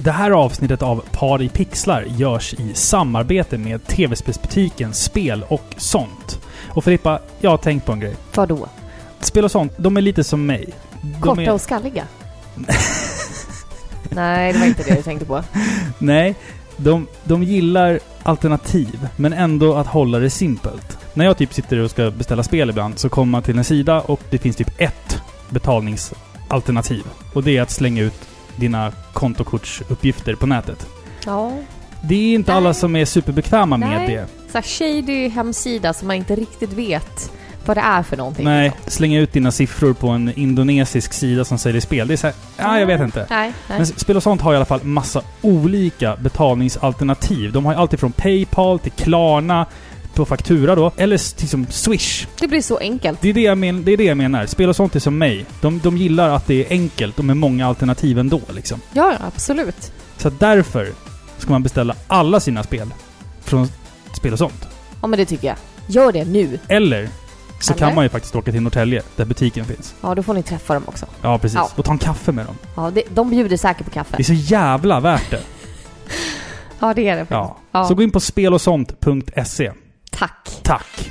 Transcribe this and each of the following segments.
Det här avsnittet av Par i pixlar görs i samarbete med tv-spelsbutiken Spel och sånt. Och Filippa, jag har tänkt på en grej. Vadå? Spel och sånt, de är lite som mig. Korta och skalliga? Nej, det var inte det jag tänkte på. Nej, de gillar alternativ, men ändå att hålla det simpelt. När jag typ sitter och ska beställa spel ibland så kommer man till en sida och det finns typ ett betalningsalternativ. Och det är att slänga ut dina kontokortsuppgifter på nätet. Ja. Det är inte alla som är superbekväma med det. Så här shady hemsida som man inte riktigt vet vad det är för någonting. Nej, slänga ut dina siffror på en indonesisk sida som säljer spel. Det är så här, jag vet inte. Nej. Men Spel och sånt har i alla fall massa olika betalningsalternativ. De har ju alltid från PayPal till Klarna på faktura då, eller liksom Swish. Det blir så enkelt. Det är det jag menar. Spel och sånt är som mig. De gillar att det är enkelt och med många alternativ ändå liksom. Ja, absolut. Så därför ska man beställa alla sina spel från Spel och sånt. Ja, men det tycker jag. Gör det nu. Eller kan man ju faktiskt åka till Norrtälje, där butiken finns. Ja, då får ni träffa dem också. Ja, precis. Ja. Och ta en kaffe med dem. Ja, de bjuder säkert på kaffe. Det är så jävla värt det. Ja, det är det faktiskt. Ja. Så gå in på spelosont.se. Tack.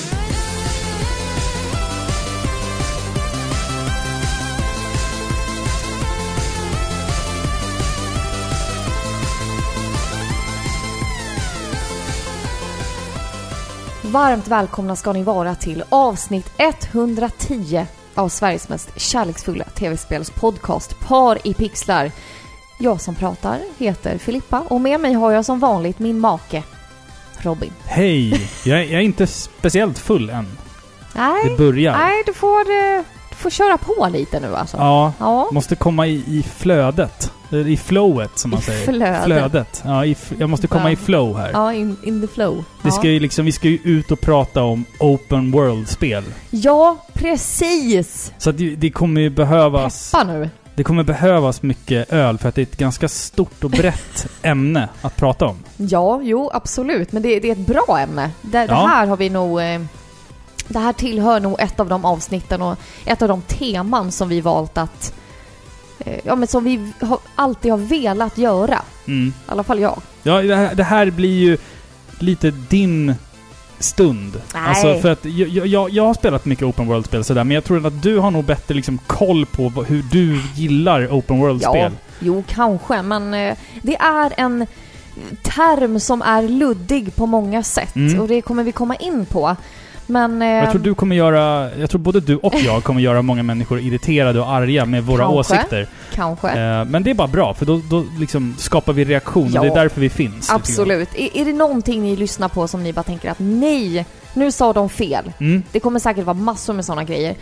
Varmt välkomna ska ni vara till avsnitt 110 av Sveriges mest kärleksfulla tv-spelspodcast Par i pixlar. Jag som pratar heter Filippa och med mig har jag som vanligt min make Robin. Hej! Jag är inte speciellt full än. Nej. Det börjar. Nej, du får köra på lite nu alltså. Ja. Måste komma i flödet. I flowet som man säger. Flödet. Ja, jag måste komma i flow här. Ja, in the flow. Vi ska ju ut och prata om open world-spel. Ja, precis. Så det kommer ju behövas... Peppa nu. Det kommer behövas mycket öl för att det är ett ganska stort och brett ämne att prata om. Ja, jo, absolut. Men det är ett bra ämne. Det här har vi nog... Det här tillhör nog ett av de avsnitten och ett av de teman som vi valt att... men som vi alltid har velat göra. I alla fall jag. Ja, det här blir ju lite din stund. Nej. Alltså för att jag har spelat mycket open world-spel sådär, men jag tror att du har nog bättre liksom koll på hur du gillar open world-spel. Ja, jo, kanske. Men det är en term som är luddig på många sätt. Och det kommer vi komma in på. Men, jag tror både du och jag kommer göra många människor irriterade och arga med våra åsikter. Kanske. Men det är bara bra, för då liksom skapar vi reaktion och det är därför vi finns. Absolut. Är det någonting ni lyssnar på som ni bara tänker att nej, nu sa de fel. Det kommer säkert vara massor med sådana grejer.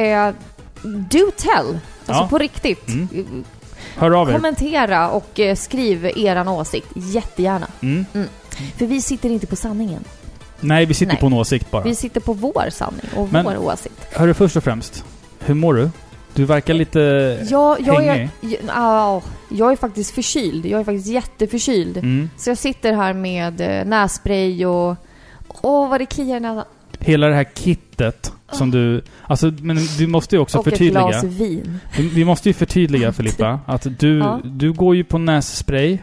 Do tell. Alltså på riktigt. Hör av er. Kommentera och skriv eran åsikt. Jättegärna. För vi sitter inte på sanningen. Nej, vi sitter på en åsikt bara. Vi sitter på vår sanning och vår åsikt. Hörru, först och främst, hur mår du? Du verkar lite hängig. Jag är faktiskt förkyld. Jag är faktiskt jätteförkyld. Så jag sitter här med nässpray och... vad det kliar i näsan. Hela det här kittet som du... Alltså, men du måste ju också förtydliga. Och ett glas vin. Vi måste ju förtydliga, Filippa, att du går ju på nässpray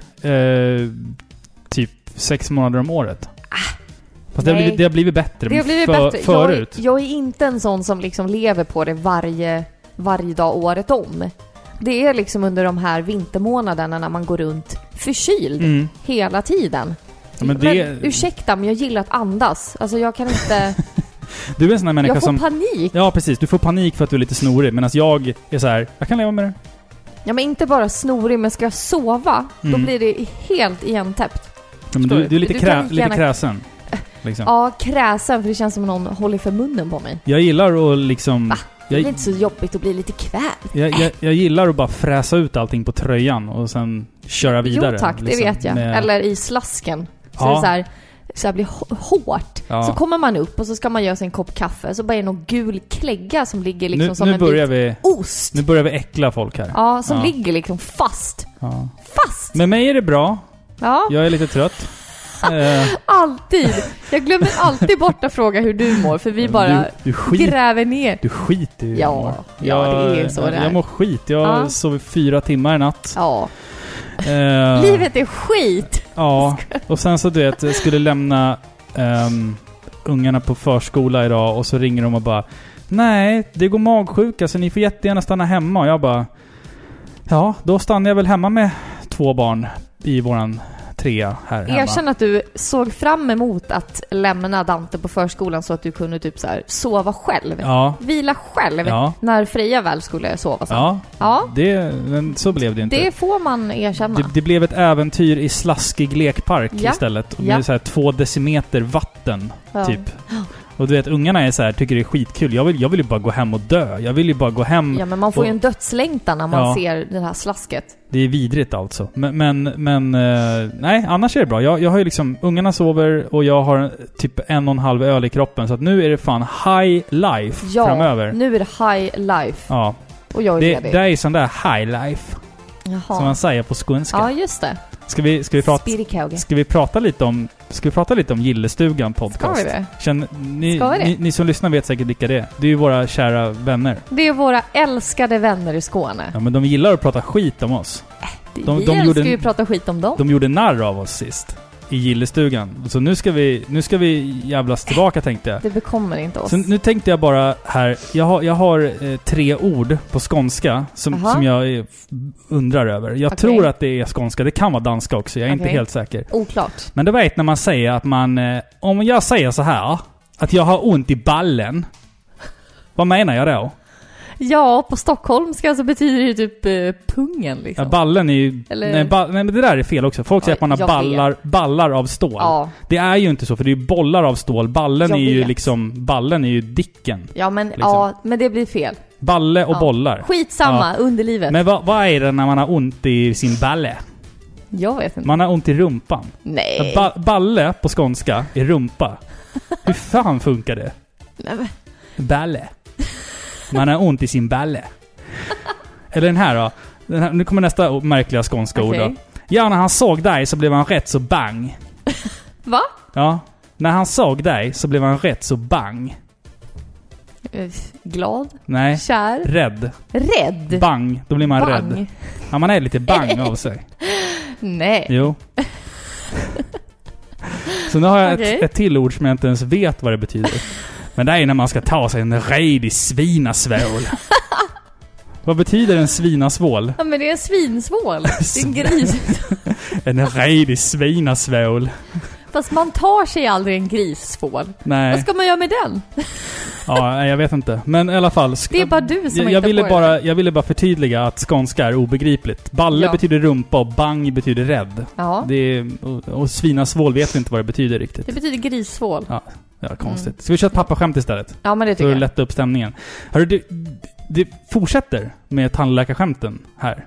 typ 6 månader om året. Fast det har blivit bättre. Det har blivit bättre. Förut. Jag är inte en sån som liksom lever på det varje dag året om. Det är liksom under de här vintermånaderna när man går runt förkyld hela tiden. Ja, men ursäkta, men jag gillar att andas. Alltså jag kan inte... Du är en sån här människa som... Jag får panik. Ja, precis. Du får panik för att du är lite snorig. Medan jag är så här, jag kan leva med det. Ja, men inte bara snorig, men ska jag sova, då blir det helt igentäppt. Ja, men du är lite kräsen. Liksom. Ja, kräsen, för det känns som någon håller för munnen på mig. Jag gillar att liksom... Va? Det är inte så jobbigt att bli lite kvävd. Jag gillar att bara fräsa ut allting på tröjan och sen köra vidare. Jo tack, det liksom, vet jag. Eller i slasken. Så det så här blir hårt. Ja. Så kommer man upp och så ska man göra sig en kopp kaffe. Så bara är någon gul klägga som ligger liksom som en ost. Nu börjar vi äckla folk här. Ja, som ligger liksom fast. Ja. Fast! Med mig är det bra. Ja. Jag är lite trött. Alltid. Jag glömmer alltid bort att fråga hur du mår, för vi bara gräver ner. Du skiter i ja, det är så det är. Jag mår skit. Jag sov 4 timmar i natt. Ja. Livet är skit! Ja, och sen så du vet, jag skulle lämna ungarna på förskola idag och så ringer de och bara nej, det går magsjuka så ni får jättegärna stanna hemma. Och jag bara ja, då stannar jag väl hemma med 2 barn i våran 3 här hemma. Erkänn att du såg fram emot att lämna Dante på förskolan så att du kunde typ så här sova själv. Ja. Vila själv när Freja väl skulle sova sen. Ja. Men så blev det inte. Det får man erkänna. Det blev ett äventyr i slaskig lekpark istället. Med så här 2 decimeter vatten typ. Och du vet, ungarna är så här, tycker det är skitkul. Jag vill ju bara gå hem och dö. Jag vill ju bara gå hem. Ja, men man får ju en dödslängtan när man ser det här slasket. Det är vidrigt alltså. Men nej, annars är det bra. Jag har ju liksom, ungarna sover och jag har typ 1,5 öl i kroppen. Så att nu är det fan high life framöver. Nu är det high life. Ja. Och jag är ledig. Det är sån där high life. Jaha. Som man säger på skånska. Ja, just det. Ska vi prata lite om Gillestugan podcast? Ska vi det? Ni som lyssnar vet säkert vilka det är. Det är ju våra kära vänner. Det är våra älskade vänner i Skåne. Ja, men de gillar att prata skit om oss. Vi älskar ju prata skit om dem. De gjorde narr av oss sist i Gillestugan. Så nu ska vi jävlas tillbaka, tänkte jag. Det bekommer inte oss. Så nu tänkte jag bara här. Jag har 3 ord på skånska som jag undrar över. Jag tror att det är skånska. Det kan vara danska också. Jag är inte helt säker. Oklart. Men det var när man säger att man... om jag säger så här, att jag har ont i ballen. Vad menar jag då? Ja, på stockholmska så betyder det ju typ pungen liksom. Ja, ballen är ju... Nej, men det där är fel också. Folk säger att man har ballar av stål. Ja. Det är ju inte så, för det är ju bollar av stål. Ballen är ju dicken. Ja, men liksom. Men det blir fel. Balle och bollar. Skitsamma, underlivet. Men vad är det när man har ont i sin balle? Jag vet inte. Man har ont i rumpan. Nej. Balle på skånska är rumpa. Hur fan funkar det? Nej. Balle. Man har ont i sin balle. Eller den här då. Nu kommer nästa märkliga skånska ord då. Ja, när han såg dig så blev han rätt så bang. Va? Ja. När han såg dig så blev han rätt så bang. Glad? Nej. Kär? Rädd? Bang. Då blir man rädd. Ja, man är lite bang av sig. Nej. Jo. Så nu har jag ett till ord som jag inte ens vet vad det betyder. Men det är när man ska ta sig en redig svinasvål. Vad betyder en svinasvål? Ja, men det är en svinsvål. Det är en gris. En redig svinasvål. Fast man tar sig aldrig en grissvål. Nej. Vad ska man göra med den? Ja, jag vet inte. Men i alla fall... Det är bara du som jag ville bara förtydliga att skånska är obegripligt. Balle betyder rumpa och bang betyder rädd. Ja. Det är, och svinasvål vet vi inte vad det betyder riktigt. Det betyder grissvål. Ja, konstigt. Ska vi köra ett pappaskämt istället? Ja, men det tycker jag. För att lätta upp stämningen. Hörru, det fortsätter med tandläkarskämten här.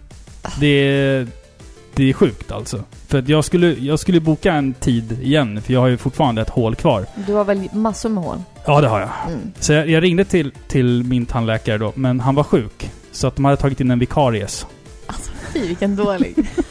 Det är sjukt alltså. För att jag skulle boka en tid igen, för jag har ju fortfarande ett hål kvar. Du har väl massor med hål? Ja, det har jag. Så jag ringde till min tandläkare då, men han var sjuk. Så att de hade tagit in en vikaries. Alltså, fy, vilken dålig.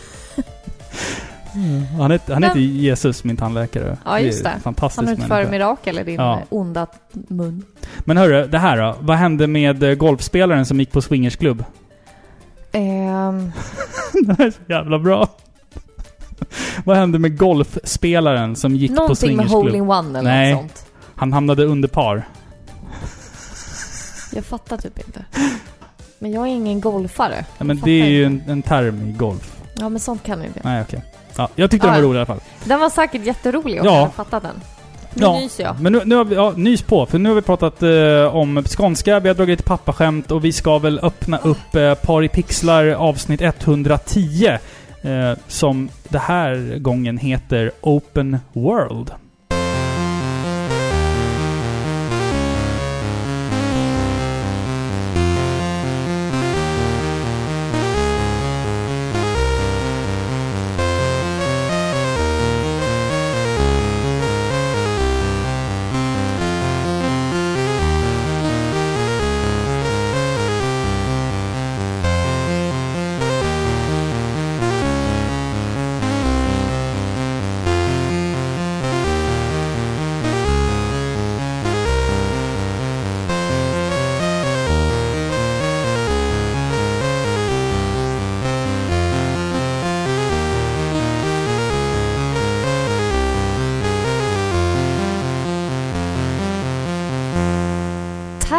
Han heter Jesus, min tandläkare. Ja, just det. Fantastisk han utför mirakel i din onda mun. Men hörru, det här då. Vad hände med golfspelaren som gick på swingersklubb? Det är så jävla bra. Vad hände med golfspelaren som gick på swingersklubb? Någonting med hole-in-one eller något sånt. Han hamnade under par. Jag fattar typ inte. Men jag är ingen golfare. Ja, men det är ju en term i golf. Ja, men sånt kan du inte. Nej, okej. Ja, jag tyckte den var rolig i alla fall. Den var säkert jätterolig och jag har fattat den. Nu nyser jag. Men nu har vi, nys på. För nu har vi pratat om skånska, vi har dragit ett pappaskämt och vi ska väl öppna upp Par i pixlar avsnitt 110 som det här gången heter Open World.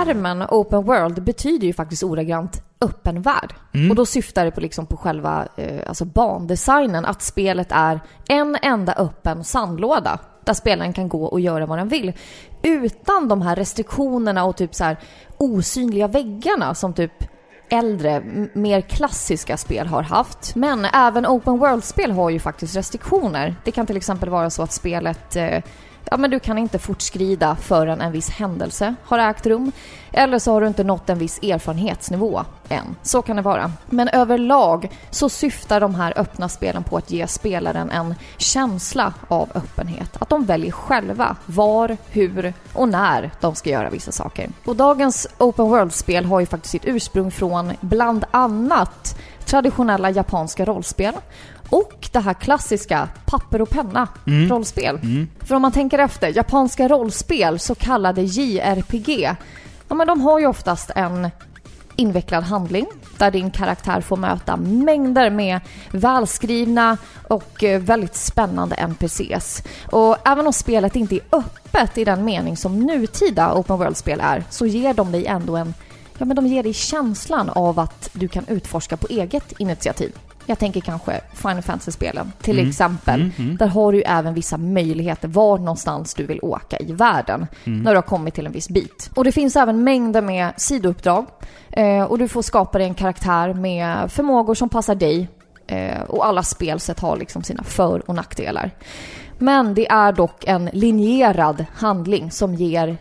termen open world betyder ju faktiskt ordagrant öppen värld. Och då syftar det på, liksom på själva alltså bandesignen, att spelet är en enda öppen sandlåda där spelaren kan gå och göra vad den vill utan de här restriktionerna och typ så här osynliga väggarna som typ äldre, mer klassiska spel har haft. Men även open world-spel har ju faktiskt restriktioner. Det kan till exempel vara så att spelet men du kan inte fortskrida förrän en viss händelse har ägt rum. Eller så har du inte nått en viss erfarenhetsnivå än. Så kan det vara. Men överlag så syftar de här öppna spelen på att ge spelaren en känsla av öppenhet. Att de väljer själva var, hur och när de ska göra vissa saker. Och dagens open world-spel har ju faktiskt sitt ursprung från bland annat traditionella japanska rollspel och det här klassiska papper och penna rollspel. För om man tänker efter, japanska rollspel, så kallade JRPG, men de har ju oftast en invecklad handling där din karaktär får möta mängder med välskrivna och väldigt spännande NPCs. Och även om spelet inte är öppet i den mening som nutida open world-spel är, så ger de dig ändå de ger dig känslan av att du kan utforska på eget initiativ. Jag tänker kanske Final Fantasy-spelen till exempel. Där har du ju även vissa möjligheter var någonstans du vill åka i världen när du har kommit till en viss bit. Och det finns även mängder med sidouppdrag. Och du får skapa dig en karaktär med förmågor som passar dig. Och alla spelsätt har liksom sina för- och nackdelar. Men det är dock en linjerad handling som ger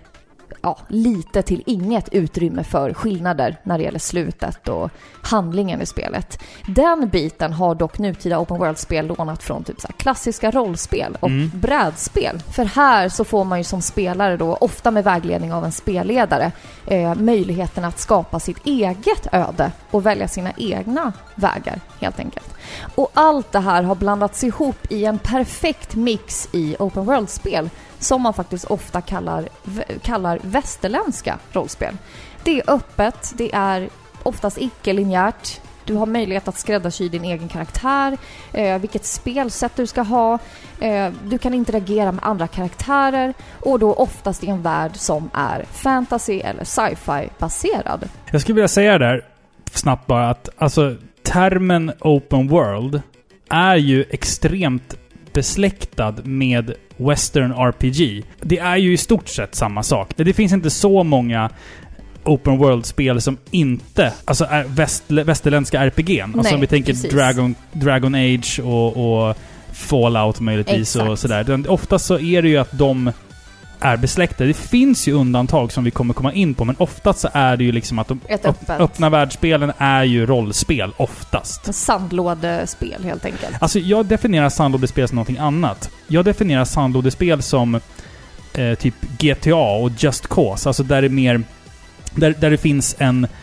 lite till inget utrymme för skillnader när det gäller slutet och handlingen i spelet. Den biten har dock nutida open world-spel lånat från typ så här klassiska rollspel och brädspel. För här så får man ju som spelare då, ofta med vägledning av en spelledare, möjligheten att skapa sitt eget öde och välja sina egna vägar helt enkelt. Och allt det här har blandats ihop i en perfekt mix i open world-spel som man faktiskt ofta kallar västerländska rollspel. Det är öppet, det är oftast icke-linjärt. Du har möjlighet att skräddarsy din egen karaktär, vilket spelsätt du ska ha. Du kan interagera med andra karaktärer och då oftast i en värld som är fantasy eller sci-fi baserad. Jag skulle vilja säga där snabbt bara att alltså, termen open world är ju extremt besläktad med Western RPG. Det är ju i stort sett samma sak. Det finns inte så många open world-spel som inte alltså är västerländska RPG:n. Alltså om vi tänker Dragon Age och Fallout möjligtvis. Exakt. Och sådär. Oftast så är det ju att de är besläktade. Det finns ju undantag som vi kommer komma in på, men oftast så är det ju liksom att de öppna världsspelen är ju rollspel oftast. Sandlådespel helt enkelt. Alltså jag definierar sandlådespel som någonting annat. Jag definierar sandlådespel som typ GTA och Just Cause. Alltså där det är mer där det finns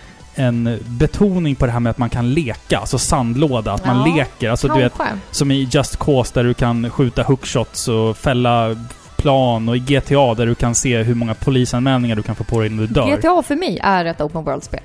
en betoning på det här med att man kan leka, alltså sandlåda, att man leker. Alltså du vet, som i Just Cause där du kan skjuta hookshots och fälla plan, och i GTA där du kan se hur många polisanmälningar du kan få på dig när du dör. GTA för mig är ett open world-spel.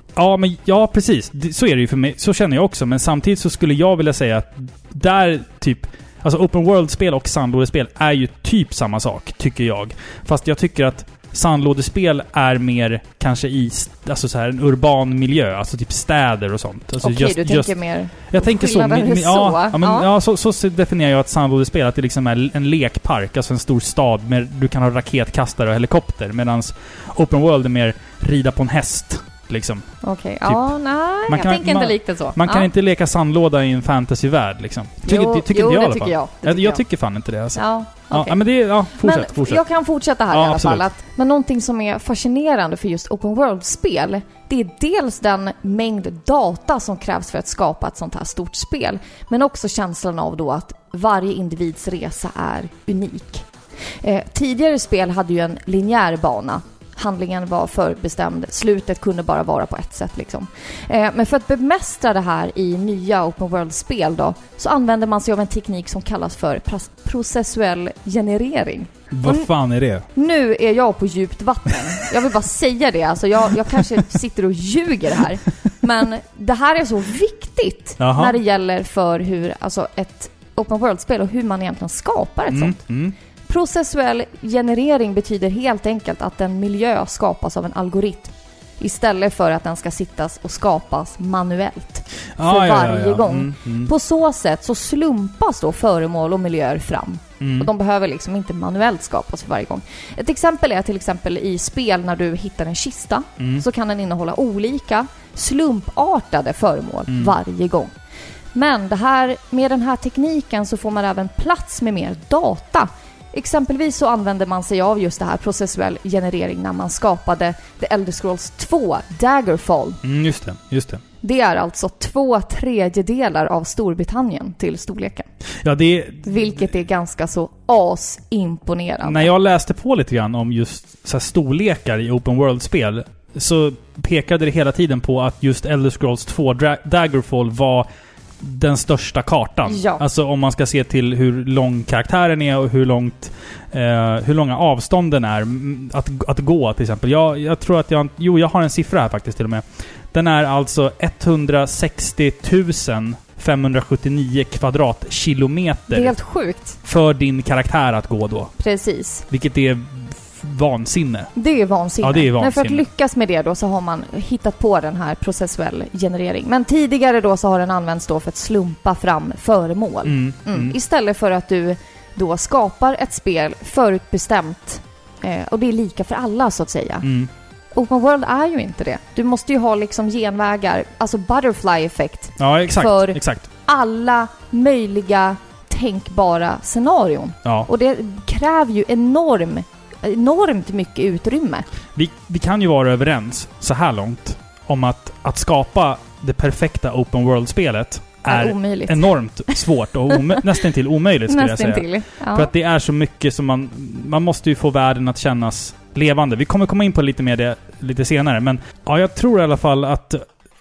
Ja, precis. Så är det ju för mig. Så känner jag också. Men samtidigt så skulle jag vilja säga att där typ... Alltså open world-spel och sandlådespel är ju typ samma sak, tycker jag. Fast jag tycker att sandlådespel är mer kanske i alltså så här en urban miljö, alltså typ städer och sånt. Alltså okej, du tänker mer. Jag tänker så. Så definierar jag att sandlådespel att det liksom är en lekpark, alltså en stor stad med du kan ha raketkastare och helikopter, medan open world är mer rida på en häst liksom. Okej. Typ. Jag tänker inte likt så. Man kan inte leka sandlåda i en fantasyvärld liksom. Jag tycker fan inte det alltså. Okay. Men fortsätt. Jag kan fortsätta här i alla fall. Men någonting som är fascinerande för just open world-spel, det är dels den mängd data som krävs för att skapa ett sånt här stort spel, men också känslan av då att varje individs resa är unik. Tidigare spel hade ju en linjär bana. Handlingen var förbestämd. Slutet kunde bara vara på ett sätt liksom. Men för att bemästra det här i nya open world-spel då, så använder man sig av en teknik som kallas för processuell generering. Vad fan är det? Nu är jag på djupt vatten. Jag vill bara säga det. Alltså jag kanske sitter och ljuger här. Men det här är så viktigt när det gäller för hur alltså ett open world-spel och hur man egentligen skapar ett sånt. Processuell generering betyder helt enkelt att en miljö skapas av en algoritm istället för att den ska sittas och skapas manuellt för varje gång. På så sätt så slumpas då föremål och miljöer fram. Och de behöver liksom inte manuellt skapas för varje gång. Ett exempel är till exempel i spel när du hittar en kista så kan den innehålla olika slumpartade föremål varje gång. Men med den här tekniken så får man även plats med mer data. Exempelvis så använde man sig av just det här processuell generering när man skapade The Elder Scrolls 2 Daggerfall. Just det. Det är alltså 2/3 av Storbritannien till storleken. Ja, vilket är ganska så asimponerande. När jag läste på lite grann om just så här storlekar i open world-spel så pekade det hela tiden på att just Elder Scrolls 2 Daggerfall var den största kartan. Ja. Alltså om man ska se till hur lång karaktären är och hur långa avstånden är att gå till exempel. Jag tror att jag har en siffra här faktiskt till och med. Den är alltså 160 579 kvadratkilometer. Det är helt sjukt. För din karaktär att gå då. Precis. Vilket är vansinne. Det är vansinne. Ja, det är vansinne. Men för att lyckas med det då så har man hittat på den här processuell generering. Men tidigare då så har den använts då för att slumpa fram föremål. Istället för att du då skapar ett spel förutbestämt. Och det är lika för alla så att säga. Open World är ju inte det. Du måste ju ha liksom genvägar, alltså butterfly-effekt. Ja, exakt. För exakt. alla möjliga tänkbara scenarion. Ja. Och det kräver ju enormt mycket utrymme. Vi kan ju vara överens så här långt om att skapa det perfekta open world-spelet är omöjligt. Enormt svårt och nästan till omöjligt skulle jag säga. Till, ja. För att det är så mycket som man måste ju få världen att kännas levande. Vi kommer komma in på lite mer det lite senare, men ja, jag tror i alla fall att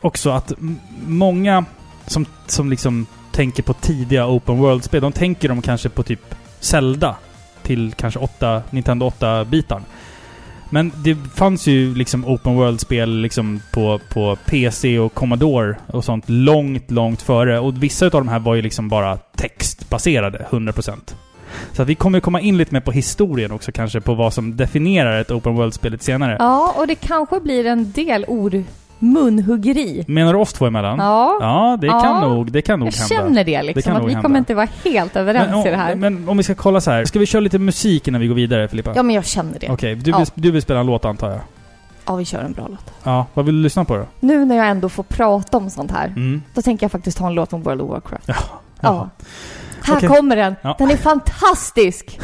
många som liksom tänker på tidiga open world-spel, de tänker de kanske på typ Zelda till kanske Nintendo 8-bitar. Men det fanns ju liksom open world-spel liksom på PC och Commodore och sånt långt före. Och vissa av de här var ju liksom bara textbaserade, 100%. Så att vi kommer komma in lite mer på historien också kanske, på vad som definierar ett open world-spel lite senare. Ja, och det kanske blir en del munhuggeri. Menar du oss två emellan? Ja. Ja, det kan nog hända. Jag känner det liksom, att vi kommer inte vara helt överens i det här. Men om vi ska kolla så här, ska vi köra lite musik innan vi går vidare, Filippa? Ja, men jag känner det. Okej, du vill spela en låt antar jag? Ja, vi kör en bra låt. Ja, vad vill du lyssna på då? Nu när jag ändå får prata om sånt här, då tänker jag faktiskt ta en låt om World of Warcraft. Ja. Här kommer den. Ja. Den är fantastisk!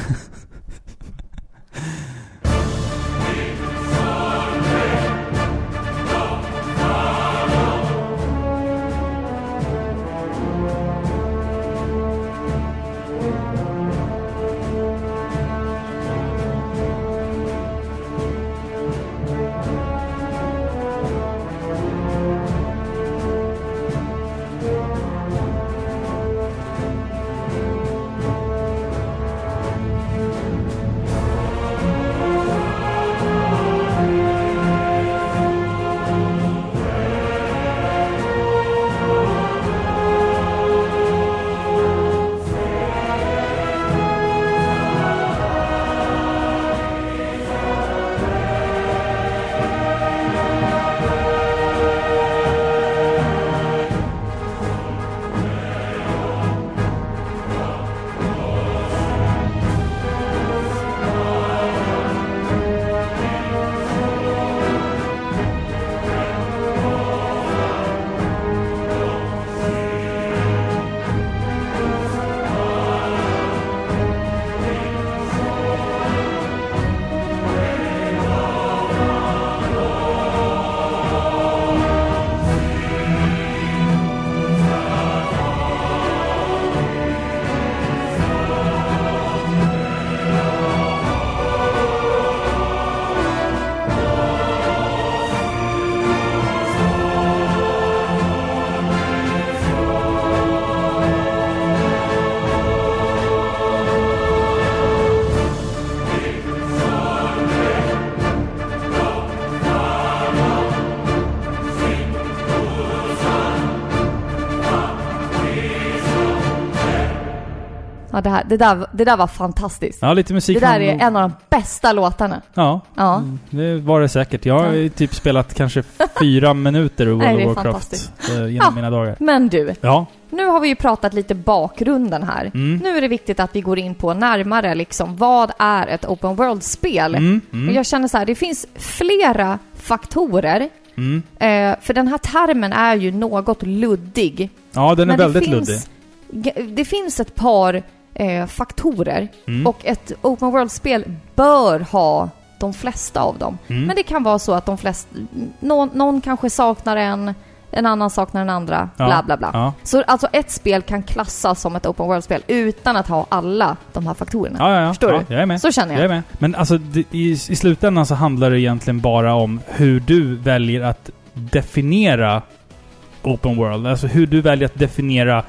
Ja, det där var fantastiskt. Ja, lite musik. Det där är en av de bästa låtarna. Ja. Det var det säkert. Jag har typ spelat kanske 4 minuter i World of Warcraft genom mina dagar. Men du. Ja. Nu har vi ju pratat lite bakgrunden här. Nu är det viktigt att vi går in på närmare liksom, vad är ett open world-spel? Och jag känner så här, det finns flera faktorer. För den här termen är ju något luddig. Ja, den är väldigt luddig. Det finns ett par faktorer och ett open world-spel bör ha de flesta av dem. Men det kan vara så att de flesta, någon kanske saknar en annan saknar den andra, bla bla bla. Ja. Så alltså ett spel kan klassas som ett open world-spel utan att ha alla de här faktorerna. Ja. Förstår du? Jag är med. Så känner jag. Jag är med. Men alltså i slutändan så handlar det egentligen bara om hur du väljer att definiera open world. Alltså hur du väljer att definiera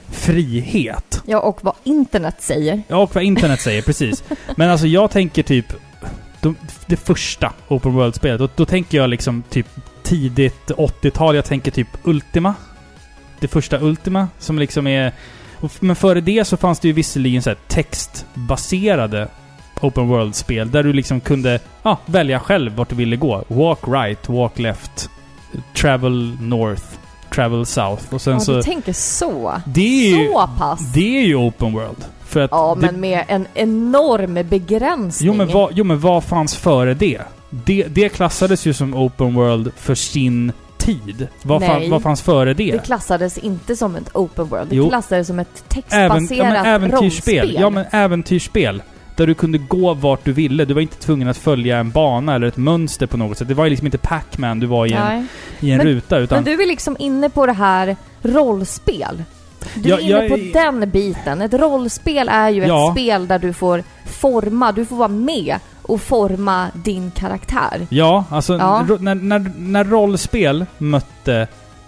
frihet. Ja, och vad internet säger. Ja, och vad internet säger, precis. Men alltså jag tänker typ det första open world-spelet. Då tänker jag liksom typ tidigt 80-tal. Jag tänker typ Ultima. Det första Ultima som liksom är... Men före det så fanns det ju visserligen så här textbaserade open world-spel där du liksom kunde välja själv vart du ville gå. Walk right, walk left, travel north, travel south. Och sen så... du tänker så. Det är så pass. Det är ju open world. För att men med en enorm begränsning. Men vad fanns före det? Det klassades ju som open world för sin tid. Vad fanns före det? Det klassades inte som ett open world. Det klassades som ett textbaserat äventyrsspel. Ja, men äventyrsspel. Där du kunde gå vart du ville. Du var inte tvungen att följa en bana eller ett mönster på något sätt. Det var ju liksom inte Pac-Man du var i en ruta. Men du är liksom inne på det här rollspel. Du är inne på den biten. Ett rollspel är ju ett spel där du får vara med och forma din karaktär. Ja, alltså när rollspel mötte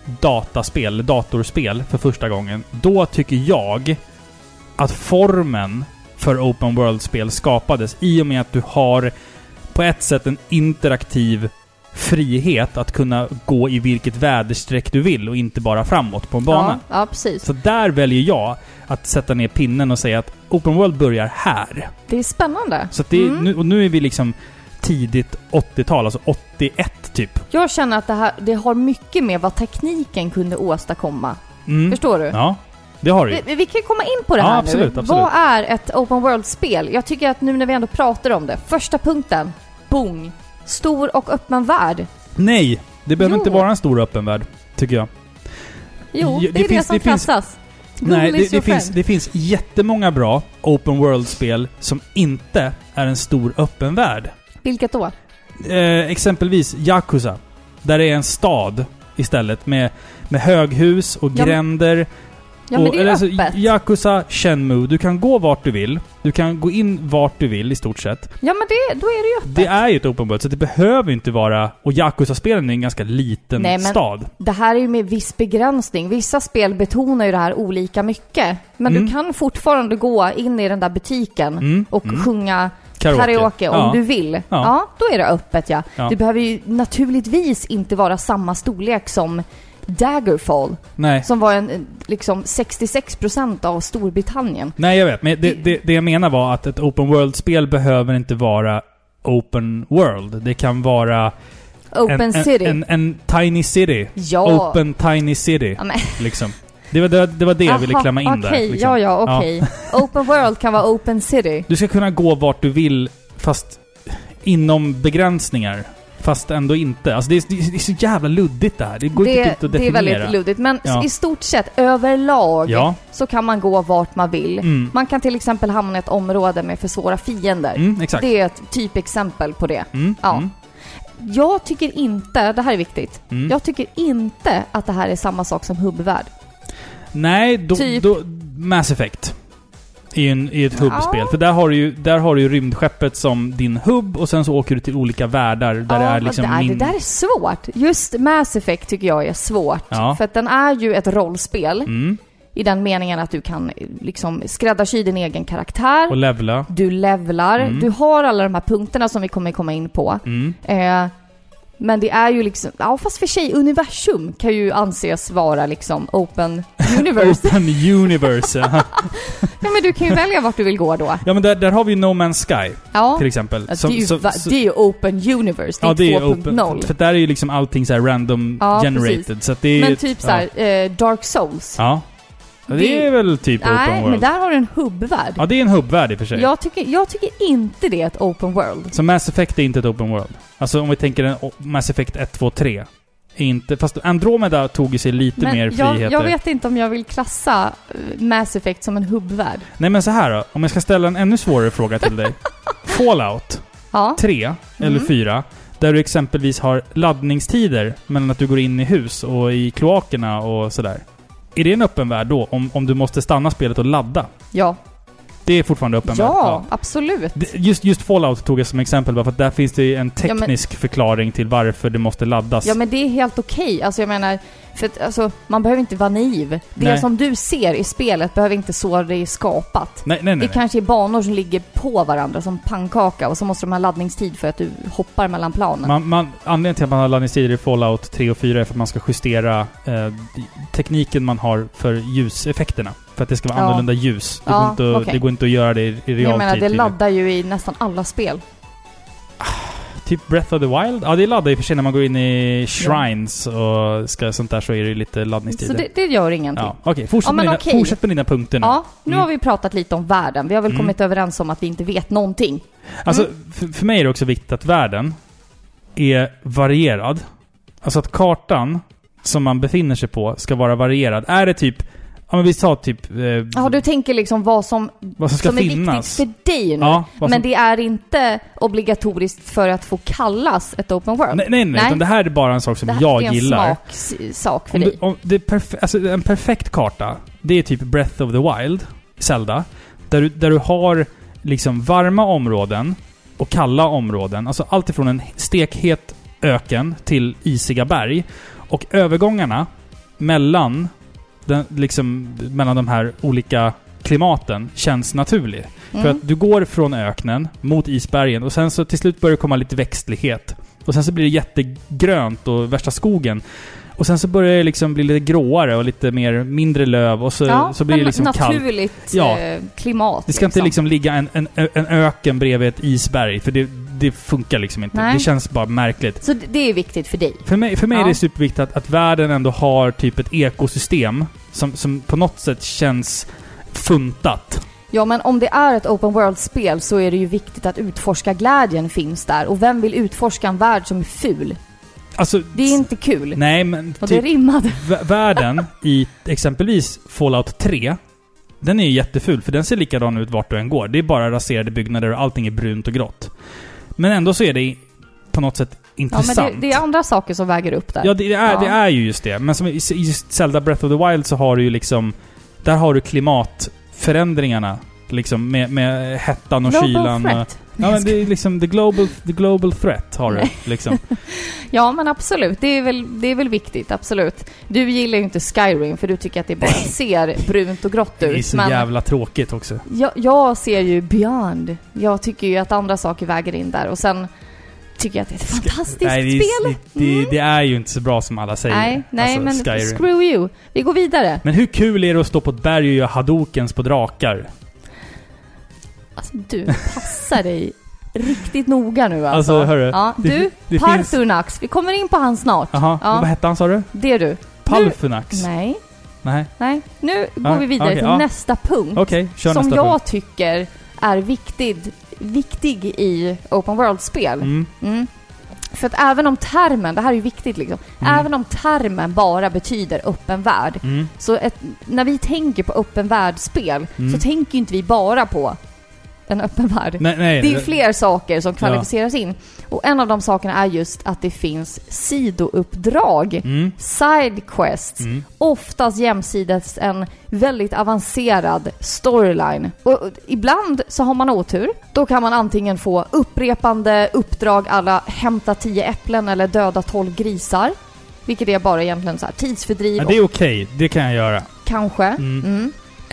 datorspel för första gången, då tycker jag att formen för open world-spel skapades i och med att du har på ett sätt en interaktiv frihet att kunna gå i vilket väderstreck du vill och inte bara framåt på en bana. Ja, precis. Så där väljer jag att sätta ner pinnen och säga att open world börjar här. Det är spännande. Så att nu är vi liksom tidigt 80-tal, alltså 81 typ. Jag känner att det har mycket med vad tekniken kunde åstadkomma. Förstår du? Ja. Det har du. Vi kan komma in på det här absolut, nu. Absolut. Vad är ett open world-spel? Jag tycker att nu när vi ändå pratar om det. Första punkten. Boom. Stor och öppen värld. Nej, det behöver inte vara en stor och öppen värld, tycker jag. Jo, det är det som klassas. Nej, det finns jättemånga bra open world-spel som inte är en stor öppen värld. Vilket då? Exempelvis Yakuza. Där det är en stad istället med höghus och gränder. Ja, men det är öppet. Yakuza, Shenmue. Du kan gå vart du vill. Du kan gå in vart du vill i stort sett. Ja, men då är det ju öppet. Det är ju ett open world, så det behöver inte vara... Och Yakuza-spelen är en ganska liten stad. Det här är ju med viss begränsning. Vissa spel betonar ju det här olika mycket. Men du kan fortfarande gå in i den där butiken och sjunga karaoke om du vill. Ja, då är det öppet, ja. Det behöver ju naturligtvis inte vara samma storlek som Daggerfall. Nej. Som var liksom 66% av Storbritannien. Nej, jag vet. Men det jag menar var att ett open world-spel behöver inte vara open world. Det kan vara en tiny city. Ja. Open tiny city. Ja, liksom. Det var det jag ville klämma in där. Liksom. Okej. Open world kan vara open city. Du ska kunna gå vart du vill, fast inom begränsningar. Fast ändå inte. Alltså det är så jävla luddigt det här. Det går inte ut att definiera. Det är väldigt luddigt. Men i stort sett, överlag, så kan man gå vart man vill. Man kan till exempel hamna i ett område med för svåra fiender. Exakt. Det är ett typexempel på det. Jag tycker inte, det här är viktigt, jag tycker inte att det här är samma sak som hubbvärld. Nej, då Mass Effect är ett hubbspel. För där har du ju rymdskeppet som din hubb och sen så åker du till olika världar där det är liksom det där är svårt. Just Mass Effect tycker jag är svårt. För att den är ju ett rollspel. I den meningen att du kan liksom skräddarsy din egen karaktär. Och levla. Du levlar. Du har alla de här punkterna som vi kommer komma in på. Men det är ju liksom, ja fast för sig universum kan ju anses vara liksom open universe. Open universe, ja. Ja men du kan ju välja vart du vill gå då. Ja men där har vi ju No Man's Sky till exempel. Ja, det är ju open universe, det är 2.0. För där är ju liksom allting så här random generated. Så att det är men ju typ så här, Dark Souls. Ja. Det är väl typ open world. Nej, men där har du en hubbvärld. Ja, det är en hubbvärld i och för sig. Jag tycker inte det är ett open world. Så Mass Effect är inte ett open world. Alltså om vi tänker en Mass Effect 1, 2, 3. Inte, fast Andromeda tog sig lite mer friheter. Jag vet inte om jag vill klassa Mass Effect som en hubbvärld. Nej men så här då. Om jag ska ställa en ännu svårare fråga till dig. Fallout 3 eller 4. Där du exempelvis har laddningstider mellan att du går in i hus och i kloakerna och sådär. Är det en öppen värld då? Om du måste stanna spelet och ladda? Ja. Det är fortfarande öppen värld? Ja, absolut. Just Fallout tog jag som exempel bara för att där finns det en teknisk förklaring till varför det måste laddas. Ja, men det är helt okej. Alltså jag menar, för att, alltså, man behöver inte vara naiv. Det som du ser i spelet behöver inte så det är skapat. Nej. Det kanske är banor som ligger på varandra som pannkaka och så måste de ha laddningstid för att du hoppar mellan planen. Anledningen till att man har laddningstider i Fallout 3 och 4 är för att man ska justera tekniken man har för ljuseffekterna. För att det ska vara annorlunda ljus. Det går inte att göra det i realtid. Jag menar, det laddar ju i nästan alla spel. Typ Breath of the Wild? Ja, det laddar ju för sig när man går in i shrines och sånt där, så är det lite laddningstider. Så det gör ingenting. Ja, okej. Fortsätt med dina punkter nu. Ja, nu har vi pratat lite om världen. Vi har väl kommit överens om att vi inte vet någonting. Alltså, för mig är det också viktigt att världen är varierad. Alltså att kartan som man befinner sig på ska vara varierad. Är det typ... Ja, men vi sa typ... Ja, du tänker liksom vad som ska är finnas. Viktigt för dig nu. Ja, men det är inte obligatoriskt för att få kallas ett open world. Nej. Utan det här är bara en sak som jag gillar. Det är en sak för dig. Alltså en perfekt karta, det är typ Breath of the Wild, Zelda. Där du har liksom varma områden och kalla områden. Alltså allt ifrån en stekhet öken till isiga berg. Och övergångarna mellan de här olika klimaten känns naturlig. För att du går från öknen mot isbergen och sen så till slut börjar det komma lite växtlighet. Och sen så blir det jättegrönt och värsta skogen. Och sen så börjar det liksom bli lite gråare och lite mindre löv och så blir det liksom naturligt klimat. Det ska inte liksom ligga en öken bredvid ett isberg, för det funkar liksom inte. Nej. Det känns bara märkligt. Så det är viktigt för dig? För mig är det superviktigt att världen ändå har typ ett ekosystem som på något sätt känns funtat. Ja, men om det är ett open world-spel så är det ju viktigt att utforska glädjen finns där. Och vem vill utforska en värld som är ful? Alltså, det är inte kul. Nej, men och det rimmade. Världen i exempelvis Fallout 3, den är ju jätteful, för den ser likadan ut vart du än går. Det är bara raserade byggnader och allting är brunt och grått. Men ändå så är det på något sätt intressant. Ja, men det är andra saker som väger upp där. Ja, det är ju just det. Men som i Zelda Breath of the Wild så har du ju liksom... Där har du klimatförändringarna liksom med hettan och global kylan. Threat. Ja, men det är liksom the global threat har du liksom. Ja, men absolut. Det är väl viktigt, absolut. Du gillar ju inte Skyrim för du tycker att det bara ser brunt och grått ut. Det är så jävla tråkigt också. Jag ser ju Beyond. Jag tycker ju att andra saker väger in där. Och sen tycker jag att det är ett fantastiskt spel. Det är ju inte så bra som alla säger. Nej, alltså, men Skyrim. Screw you. Vi går vidare. Men hur kul är det att stå på ett berg och göra hadokens på drakar? Alltså, du passar dig riktigt noga nu alltså. Alltså, hörru. Ja, du, Parfunax. Vi kommer in på han snart. Jaha, vad hette han sa du? Det är du. Parfunax? Nej. Nej. Nu går vi vidare till nästa punkt. Okej, kör som nästa jag punkt. tycker är viktig i open world-spel. För att även om termen, det här är ju viktigt liksom, även om termen bara betyder öppen värld, så när vi tänker på öppen värld-spel så tänker inte vi bara på en öppen värld. Nej, det är fler saker som kvalificeras in. Och en av de sakerna är just att det finns sidouppdrag, sidequests, oftast jämsides en väldigt avancerad storyline. Och ibland så har man otur. Då kan man antingen få upprepande uppdrag alla hämta 10 äpplen eller döda 12 grisar. Vilket är bara egentligen så här tidsfördriv. Ja, det är okej. Det kan jag göra. Kanske.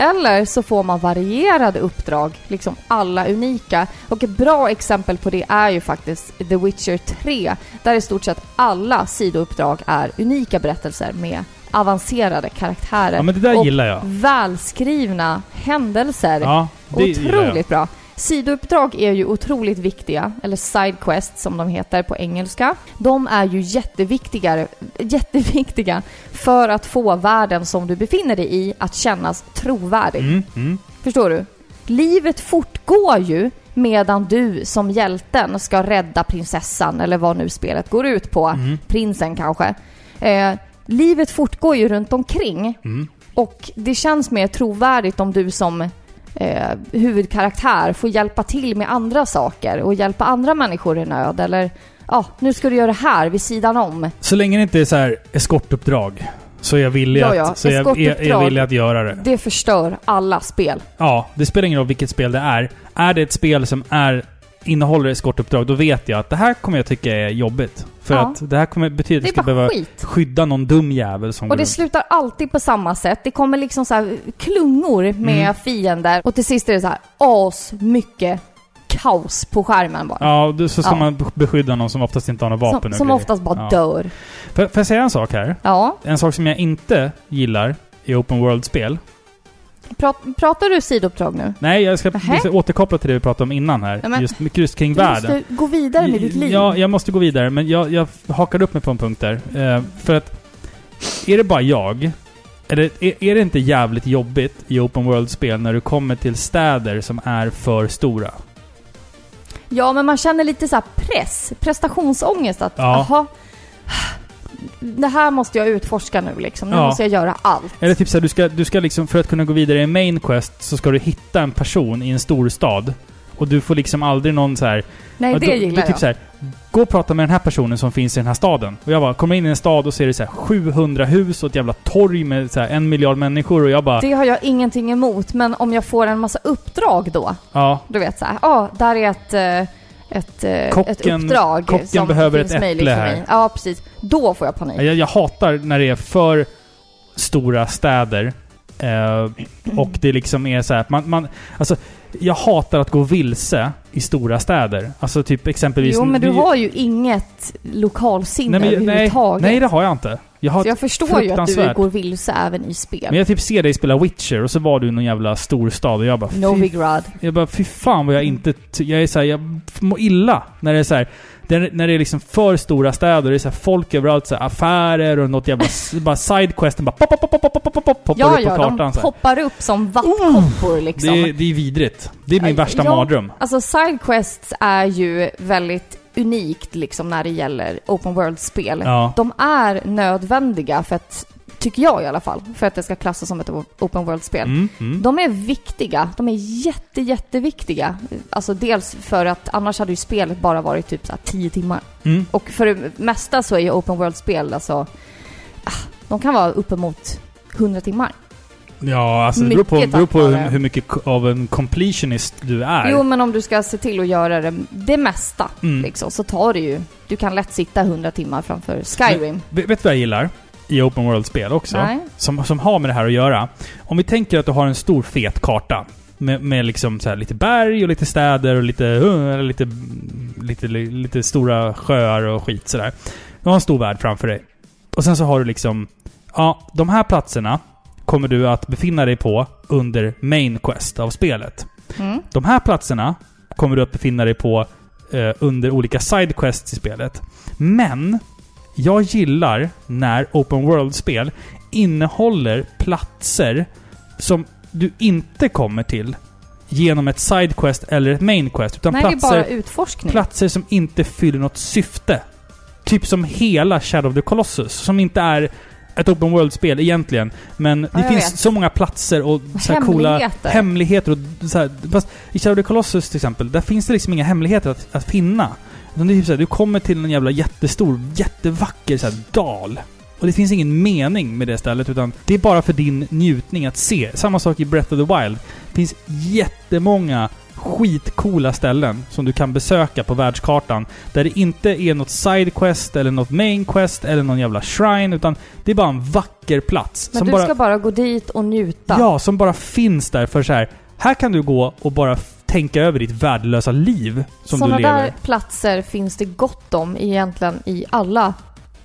Eller så får man varierade uppdrag, liksom alla unika. Och ett bra exempel på det är ju faktiskt The Witcher 3, där i stort sett alla sidouppdrag är unika berättelser med avancerade karaktärer. Ja, men det där och gillar jag. Välskrivna händelser. Ja, det otroligt bra. Sidouppdrag är ju otroligt viktiga, eller sidequests som de heter på engelska. De är ju jätteviktiga för att få världen som du befinner dig i att kännas trovärdig. Förstår du? Livet fortgår ju medan du som hjälten ska rädda prinsessan, eller vad nu spelet går ut på. Prinsen kanske. Livet fortgår ju runt omkring. Och det känns mer trovärdigt om du som huvudkaraktär får hjälpa till med andra saker och hjälpa andra människor i nöd, eller nu ska du göra det här vid sidan om. Så länge det inte är så här eskortuppdrag, så är jag villig att göra det. Det förstör alla spel. Ja, det spelar ingen roll vilket spel det är. Är det ett spel som innehåller eskortuppdrag, då vet jag att det här kommer jag tycka är jobbigt. För att det här kommer betyda att jag ska behöva skydda någon dum jävel som och det slutar alltid på samma sätt. Det kommer liksom så här klungor med fiender. Och till sist är det så här mycket kaos på skärmen bara. Ja, så ska man beskydda någon som oftast inte har några vapen. Som oftast bara dör. Får jag säga en sak här? Ja. En sak som jag inte gillar i open world-spel. Pratar du sidouppdrag nu? Nej, jag ska återkoppla till det vi pratade om innan här. Men, just kring världen. Du måste gå vidare med ditt liv. Ja, jag måste gå vidare. Men jag hakade upp mig på en punkt där. För att, är det bara jag? Eller är det inte jävligt jobbigt i open world-spel när du kommer till städer som är för stora? Ja, men man känner lite så här prestationsångest. Att, det här måste jag utforska nu liksom. Nu måste jag göra allt. Eller typ så här, du ska liksom, för att kunna gå vidare i main quest så ska du hitta en person i en stor stad. Och du får liksom aldrig någon så här. Nej, det gillar typ så här, gå och prata med den här personen som finns i den här staden. Och jag bara, kommer in i en stad och ser det så här 700 hus och ett jävla torg med så här 1 miljard människor, och jag bara... Det har jag ingenting emot, men om jag får en massa uppdrag då. Ja. Du vet så här, där är ett uppdrag. Kocken som behöver finns ett äpple här. Ja, precis. Då får jag panik. Jag hatar när det är för stora städer. Och det liksom är så här att alltså, jag hatar att gå vilse i stora städer. Alltså typ exempelvis... Jo, men du har ju inget lokalsinne överhuvudtaget. Nej, det har jag inte. Jag förstår ju att du går vilse även i spel. Men jag typ ser dig spela Witcher och så var du i någon jävla stor stad och jag bara... Novigrad. Jag bara, fy fan vad jag inte... Jag är så här, jag mår illa när det är så här... När det är liksom för stora städer, det är så här folk överallt, så här affärer och något jävla bara sidequesten bara poppar upp på kartan. De poppar upp som vattkoppor liksom. Det är vidrigt. Det är min värsta mardröm. Alltså sidequests är ju väldigt unikt liksom när det gäller open world-spel. Ja. De är nödvändiga för att, tycker jag i alla fall, för att det ska klassas som ett open world-spel. De är viktiga. De är jätteviktiga. Alltså dels för att annars hade ju spelet bara varit typ så här 10 timmar. Och för det mesta så är ju open world-spel alltså... de kan vara uppemot 100 timmar. Ja, alltså det beror på hur mycket av en completionist du är. Jo, men om du ska se till att göra det mesta liksom, så tar det ju... Du kan lätt sitta 100 timmar framför Skyrim. Vet du vad jag gillar? I open world-spel också. Som har med det här att göra. Om vi tänker att du har en stor fet karta med liksom så här lite berg och lite städer och lite stora sjöar och skit sådär. Du har en stor värld framför dig. Och sen så har du liksom... Ja, de här platserna kommer du att befinna dig på under main quest av spelet. De här platserna kommer du att befinna dig på under olika side quests i spelet. Men jag gillar när open world-spel innehåller platser som du inte kommer till genom ett side quest eller ett main quest, utan det är bara utforskning. Platser som inte fyller något syfte. Typ som hela Shadow of the Colossus, som inte är ett open world-spel egentligen, men det finns så många platser och så här coola hemligheter och så här, fast i Shadow of the Colossus till exempel, där finns det liksom inga hemligheter att finna. Det är typ så här, du kommer till en jävla jättevacker så här dal Och det finns ingen mening med det stället, utan det är bara för din njutning att se. Samma sak i Breath of the Wild. Det finns jättemånga skitcoola ställen som du kan besöka på världskartan där det inte är något sidequest eller något main quest eller någon jävla shrine, utan det är bara en vacker plats. Men som du ska bara gå dit och njuta. Ja, som bara finns där för så här kan du gå och bara tänka över ditt värdelösa liv som du lever. Sådana där platser finns det gott om egentligen i alla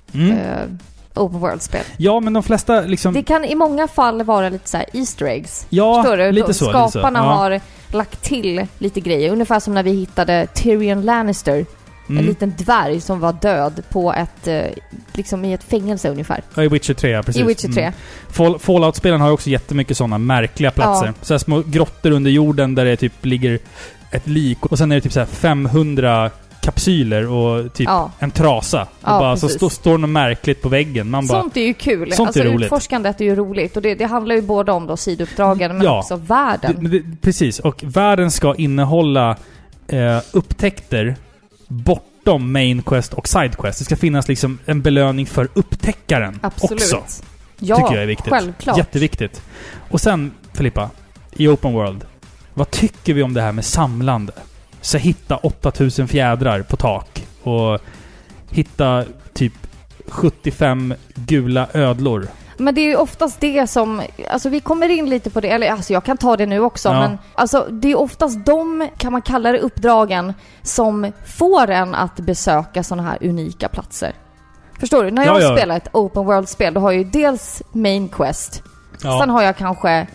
open world-spel. Ja, men de flesta liksom... Det kan i många fall vara lite så här Easter eggs. Ja, förstår du? lite så. Skaparna har lagt till lite grejer. Ungefär som när vi hittade Tyrion Lannister. En liten dvärg som var död på ett liksom i ett fängelse ungefär. Ja, i Witcher 3, ja, precis. I Witcher 3. Fallout-spelen har också jättemycket sådana märkliga platser. Ja. Så här små grottor under jorden där det typ ligger ett lik. Och sen är det typ så här 500 kapsyler och typ en trasa. Och bara så står något märkligt på väggen. Man bara, sånt är ju kul. Sånt alltså är roligt. Utforskandet är ju roligt. Och det handlar ju både om då sidouppdragen men också världen. Precis. Och världen ska innehålla upptäckter bortom main quest och side quest. Det ska finnas liksom en belöning för upptäckaren. Absolut. Också. Ja, tycker jag är viktigt. Självklart. Jätteviktigt. Och sen, Filippa, i open world, vad tycker vi om det här med samlande? Så hitta 8000 fjädrar på tak och hitta typ 75 gula ödlor. Men det är ju oftast det som... Alltså vi kommer in lite på det. Eller alltså jag kan ta det nu också. Ja. Men alltså det är oftast de, kan man kalla det, uppdragen som får en att besöka såna här unika platser. Förstår du? När jag spelar ett open world-spel, då har jag ju dels main quest. Ja. Sen har jag kanske...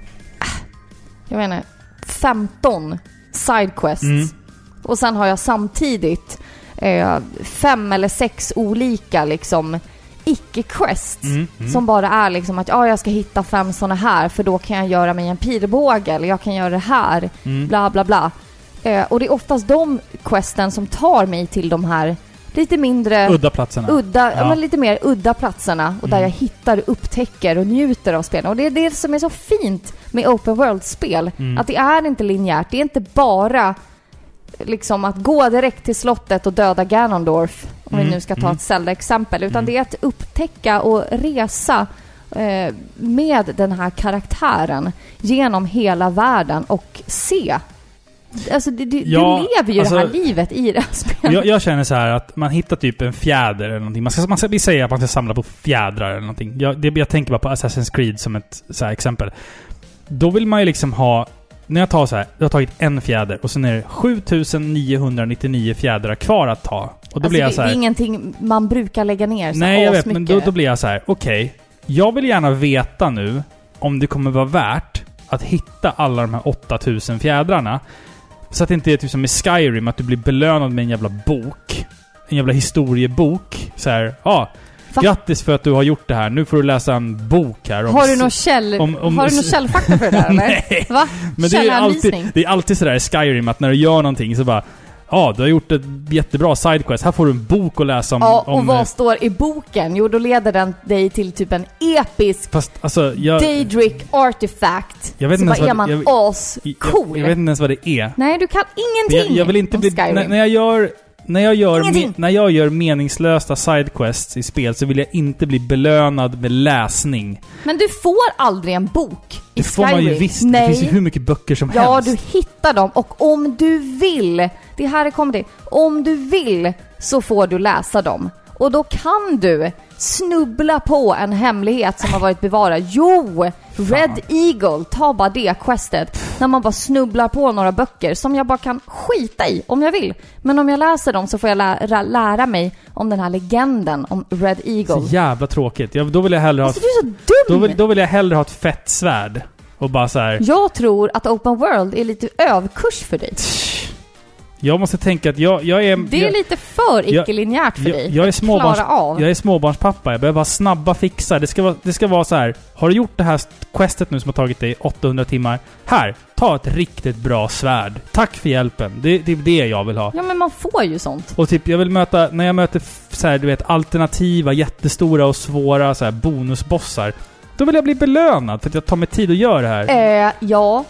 Jag menar 15 side quests. Och sen har jag samtidigt 5 eller 6 olika liksom icke-quest som bara är liksom att jag ska hitta 5 såna här för då kan jag göra mig en pilbåge eller jag kan göra det här bla bla bla. Och det är oftast de questen som tar mig till de här lite mindre udda platserna. Men lite mer udda platserna och där jag hittar, upptäcker och njuter av spelen. Och det är det som är så fint med open world-spel. Att det är inte linjärt. Det är inte bara liksom att gå direkt till slottet och döda Ganondorf, om vi nu ska ta ett Zelda-exempel, utan det är att upptäcka och resa med den här karaktären genom hela världen och se. Alltså du lever ju det här livet i det här spelet. Jag känner så här att man hittar typ en fjäder eller någonting. Man ska säga att man ska samla på fjädrar eller någonting. Jag tänker bara på Assassin's Creed som ett så här exempel. Då vill man ju liksom ha... När jag tar så här, jag har tagit en fjäder och sen är det 7999 fjädrar kvar att ta. Och då blir jag så här, det är ingenting man brukar lägga ner så. Nej, jag vet, men då blir jag så här: okej, jag vill gärna veta nu om det kommer vara värt att hitta alla de här 8000 fjädrarna. Så att det inte är typ som i Skyrim, att du blir belönad med en jävla bok. En jävla historiebok. Så här, grattis för att du har gjort det här. Nu får du läsa en bok här. Har du någon källfakta för det där, eller? Nej. Va? Men det är alltid sådär i Skyrim att när du gör någonting så bara... Ja, du har gjort ett jättebra sidequest. Här får du en bok att läsa om... Ja, och vad står i boken? Jo, då leder den dig till typ en episk Daedric artifact. Jag vet så inte bara är man cool. Jag vet inte ens vad det är. Nej, du kan ingenting. Jag vill inte bli... När jag gör meningslösa sidequests i spel så vill jag inte bli belönad med läsning. Men du får aldrig en bok i Skyrim. Det får man ju visst. Nej. Det finns ju hur mycket böcker som helst. Ja, du hittar dem. Och om du vill, det här det kommer till. Om du vill så får du läsa dem. Och då kan du snubbla på en hemlighet som har varit bevarad. Jo! Red Eagle, ta bara det questet. När man bara snubblar på några böcker som jag bara kan skita i om jag vill. Men om jag läser dem så får jag lära mig om den här legenden om Red Eagle. Så jävla tråkigt. Då vill jag hellre ha... Alltså, du är så dum! Då vill jag hellre ha ett fett svärd. Och bara så här... Jag tror att Open World är lite övkurs för dig. Jag måste tänka att jag är... Det är lite för icke-linjärt för dig. Jag är småbarnspappa. Jag behöver ha snabba fixar. Det ska vara så här. Har du gjort det här questet nu som har tagit dig 800 timmar? Här, ta ett riktigt bra svärd. Tack för hjälpen. Det är det jag vill ha. Ja, men man får ju sånt. Och typ, när jag möter så här, du vet, alternativa, jättestora och svåra så här bonusbossar. Då vill jag bli belönad för att jag tar mig tid att göra det här. Ja.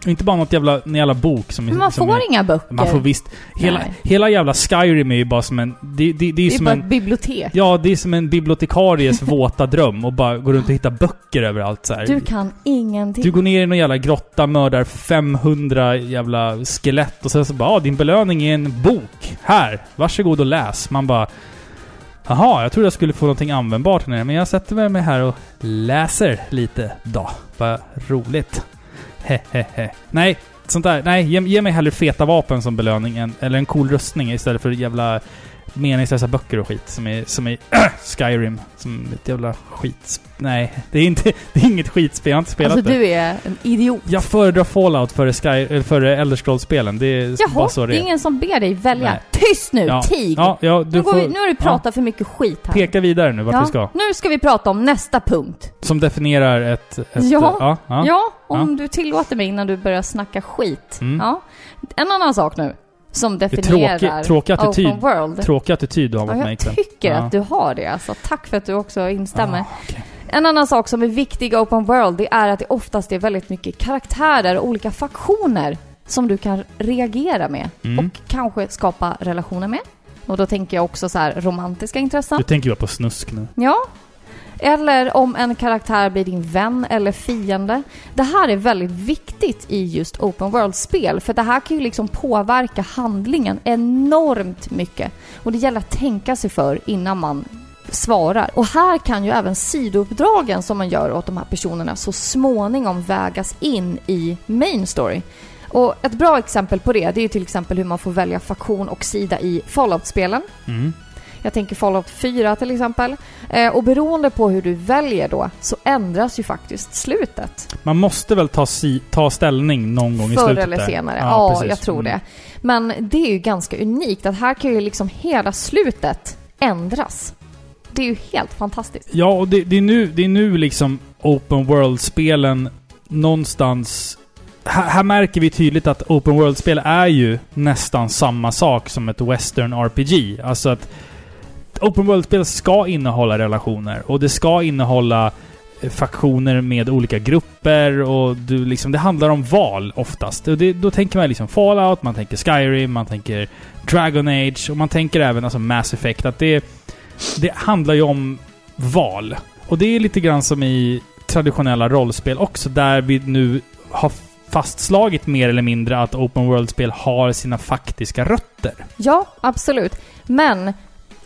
Inte bara en jävla bok som... Men man som får inga böcker. Man får visst... Hela jävla Skyrim är ju bara som en... Det är som bara ett bibliotek. Ja, det är som en bibliotekaries våta dröm och bara gå runt och hitta böcker överallt så här. Du kan ingenting. Du går ner i någon jävla grotta, mördar 500 jävla skelett och sen så bara, din belöning är en bok. Här, varsågod och läs. Man bara... Jaha, jag trodde jag skulle få någonting användbart här, men jag sätter mig här och läser lite då. Vad roligt. Hehehe. Nej, sånt där. Nej, ge mig hellre feta vapen som belöning eller en cool rustning istället för jävla meningslösa böcker och skit som är Skyrim som ett jävla skit. Nej, det är inget skitspel. Jag har inte spelat alltså, du är en idiot. Jag föredrar Fallout före Elder Scrolls-spelen. Det är bara så det är ingen som ber dig välja. Nej. Tyst nu, tig! Ja, nu har du pratat för mycket skit här. Peka vidare nu vart vi ska. Nu ska vi prata om nästa punkt. Som definierar ett om du tillåter mig innan du börjar snacka skit. Ja. En annan sak nu. Som definierar tråkig attityd, Open World. Tråkig attityd du har mot mig. Jag tycker att du har det. Alltså, tack för att du också instämmer. Okay. En annan sak som är viktig i Open World, det är att det oftast är väldigt mycket karaktärer och olika faktioner som du kan reagera med. Och kanske skapa relationer med. Och då tänker jag också så här romantiska intressen. Du tänker ju på snusk nu. Ja. Eller om en karaktär blir din vän eller fiende. Det här är väldigt viktigt i just Open World-spel. För det här kan ju liksom påverka handlingen enormt mycket. Och det gäller att tänka sig för innan man svarar. Och här kan ju även sidouppdragen som man gör åt de här personerna så småningom vägas in i main story. Och ett bra exempel på det är ju till exempel hur man får välja faktion och sida i Fallout-spelen. Jag tänker Fallout 4 till exempel. Och beroende på hur du väljer då så ändras ju faktiskt slutet. Man måste väl ta ställning någon gång i slutet. Förr eller senare. Ja, jag tror det. Men det är ju ganska unikt att här kan ju liksom hela slutet ändras. Det är ju helt fantastiskt. Ja, och det är nu liksom Open World-spelen någonstans... Här märker vi tydligt att Open World-spel är ju nästan samma sak som ett Western RPG. Alltså att Open World-spel ska innehålla relationer och det ska innehålla faktioner med olika grupper och det handlar om val oftast. Och då tänker man liksom Fallout, man tänker Skyrim, man tänker Dragon Age och man tänker även alltså Mass Effect att det handlar ju om val. Och det är lite grann som i traditionella rollspel också där vi nu har fastslagit mer eller mindre att Open World-spel har sina faktiska rötter. Ja, absolut. Men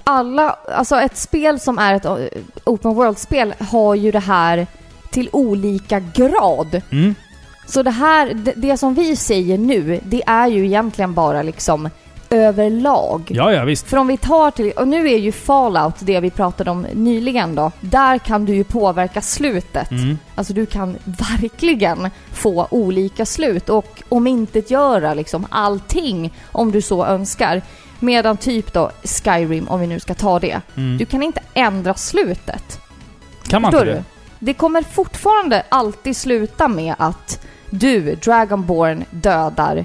ett spel som är ett Open World-spel har ju det här till olika grad. Så det som vi säger nu, det är ju egentligen bara liksom överlag. Ja, visst. För om vi tar och nu är ju Fallout det vi pratade om nyligen då. Där kan du ju påverka slutet. Alltså du kan verkligen få olika slut och omintetgöra liksom allting om du så önskar. Medan typ då Skyrim, om vi nu ska ta det. Du kan inte ändra slutet. Kan man inte det? Det kommer fortfarande alltid sluta med att du, Dragonborn, dödar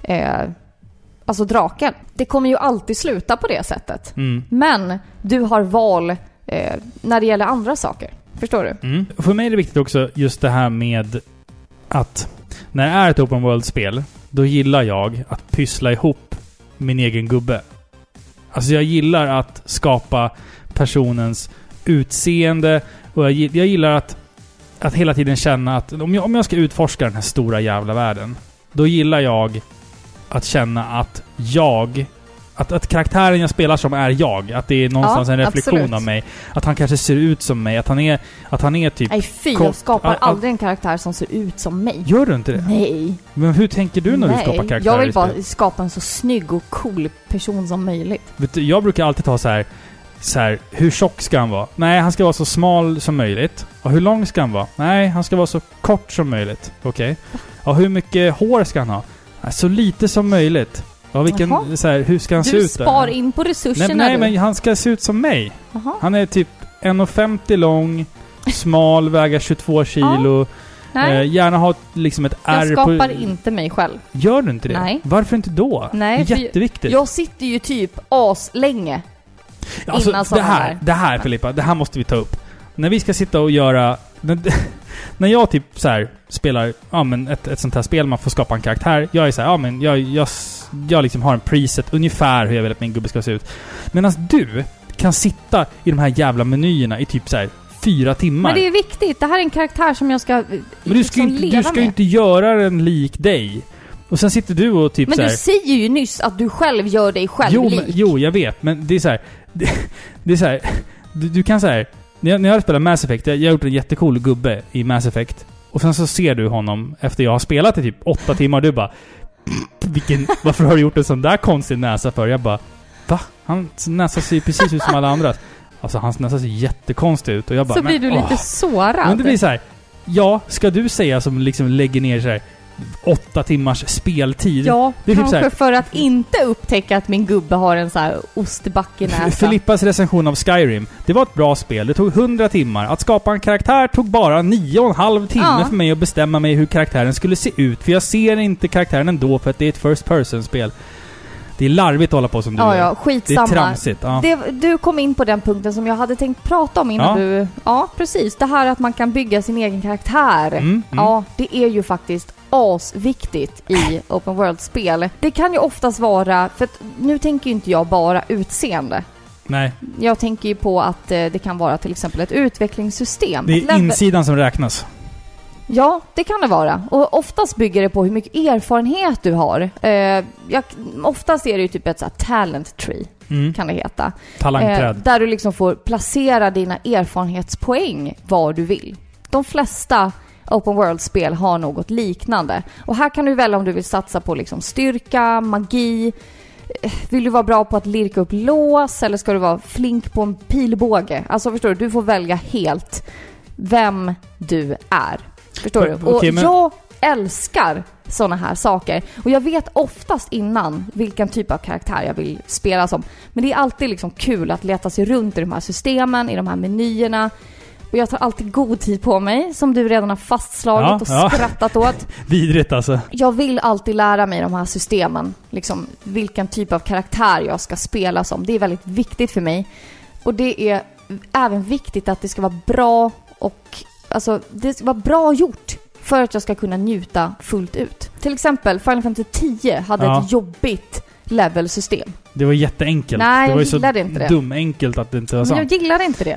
alltså draken. Det kommer ju alltid sluta på det sättet. Men du har val när det gäller andra saker. Förstår du? För mig är det viktigt också just det här med att när det är ett open world-spel då gillar jag att pyssla ihop min egen gubbe. Alltså jag gillar att skapa personens utseende och jag gillar att hela tiden känna att om jag ska utforska den här stora jävla världen då gillar jag att känna att att karaktären jag spelar som är jag. Att det är någonstans en reflektion absolut. Av mig. Att han kanske ser ut som mig. Att han är typ... Nej, jag skapar aldrig en karaktär som ser ut som mig. Gör du inte det? Nej. Men hur tänker du när du skapar karaktärer? Jag vill bara skapa en så snygg och cool person som möjligt. Vet du, jag brukar alltid ta så här, hur tjock ska han vara? Nej, han ska vara så smal som möjligt. Och hur lång ska han vara? Nej, han ska vara så kort som möjligt. Okej. Och hur mycket hår ska han ha? Så lite som möjligt. Ja, hur ska han se ut? Du spar in på resurserna. Nej, men han ska se ut som mig. Aha. Han är typ 1,50 lång, smal, väger 22 kilo. Gärna ha liksom ett R. Jag skapar inte mig själv. Gör du inte det? Nej. Varför inte då? Nej, det är jätteviktigt. Jag sitter ju typ länge. Alltså, det här Filippa, det här måste vi ta upp. När vi ska sitta och göra... när jag typ så här spelar ett sånt här spel, man får skapa en karaktär. Jag är så här, jag liksom har en preset ungefär hur jag vill att min gubbe ska se ut. Medan du kan sitta i de här jävla menyerna i typ så här 4 timmar. Men det är viktigt. Det här är en karaktär som jag ska men du ska ju inte göra den lik dig. Och sen sitter du och typ men så här, du säger ju nyss att du själv gör dig själv lik. Jo, jag vet. Men det är så här... Det är så här... Du kan så här... När jag spelar Mass Effect, jag har gjort en jättecool gubbe i Mass Effect. Och sen så ser du honom efter jag har spelat i typ 8 timmar och du bara... Varför har du gjort en sån där konstig näsa för? Jag bara... Va? Hans näsa ser precis ut som alla andra. Alltså hans näsa ser jättekonstig ut. Och jag bara... Så blir du lite sårad. Men det blir så här... Ja, ska du säga som liksom lägger ner så här 8 timmars speltid. Ja, det är kanske typ så här, för att inte upptäcka att min gubbe har en så här ostbackenäsa. Filippas recension av Skyrim. Det var ett bra spel. Det tog 100 timmar. Att skapa en karaktär tog bara 9,5 timmar för mig att bestämma mig hur karaktären skulle se ut. För jag ser inte karaktären ändå för att det är ett first person-spel. Det är larvigt att hålla på som du gör. Ja, skitsamma. Det är tramsigt. Ja. Du kom in på den punkten som jag hade tänkt prata om innan du... Ja, precis. Det här att man kan bygga sin egen karaktär. Ja, det är ju faktiskt asviktigt i open world-spel. Det kan ju oftast vara... För att nu tänker ju inte jag bara utseende. Nej. Jag tänker ju på att det kan vara till exempel ett utvecklingssystem. Det är insidan som räknas. Ja, det kan det vara. Och oftast bygger det på hur mycket erfarenhet du har. Oftast är det ju typ ett så här talent tree, kan det heta. Talangträd. Där du liksom får placera dina erfarenhetspoäng var du vill. De flesta open world-spel har något liknande. Och här kan du välja om du vill satsa på liksom styrka, magi. Vill du vara bra på att lirka upp lås eller ska du vara flink på en pilbåge? Alltså förstår du får välja helt vem du är. Förstår du? Och jag älskar såna här saker. Och jag vet oftast innan vilken typ av karaktär jag vill spela som. Men det är alltid liksom kul att leta sig runt i de här systemen, i de här menyerna. Och jag tar alltid god tid på mig, som du redan har fastslagit och skrattat åt. Vidrigt alltså. Jag vill alltid lära mig de här systemen. Liksom vilken typ av karaktär jag ska spela som. Det är väldigt viktigt för mig. Och det är även viktigt att det ska vara bra och... Alltså, det ska vara bra gjort för att jag ska kunna njuta fullt ut. Till exempel, Final Fantasy 10 hade ett jobbigt levelsystem. Det var jätteenkelt. Nej, det var ju jag gillade inte det. Dumenkelt att det inte var sant. Men jag gillade inte det.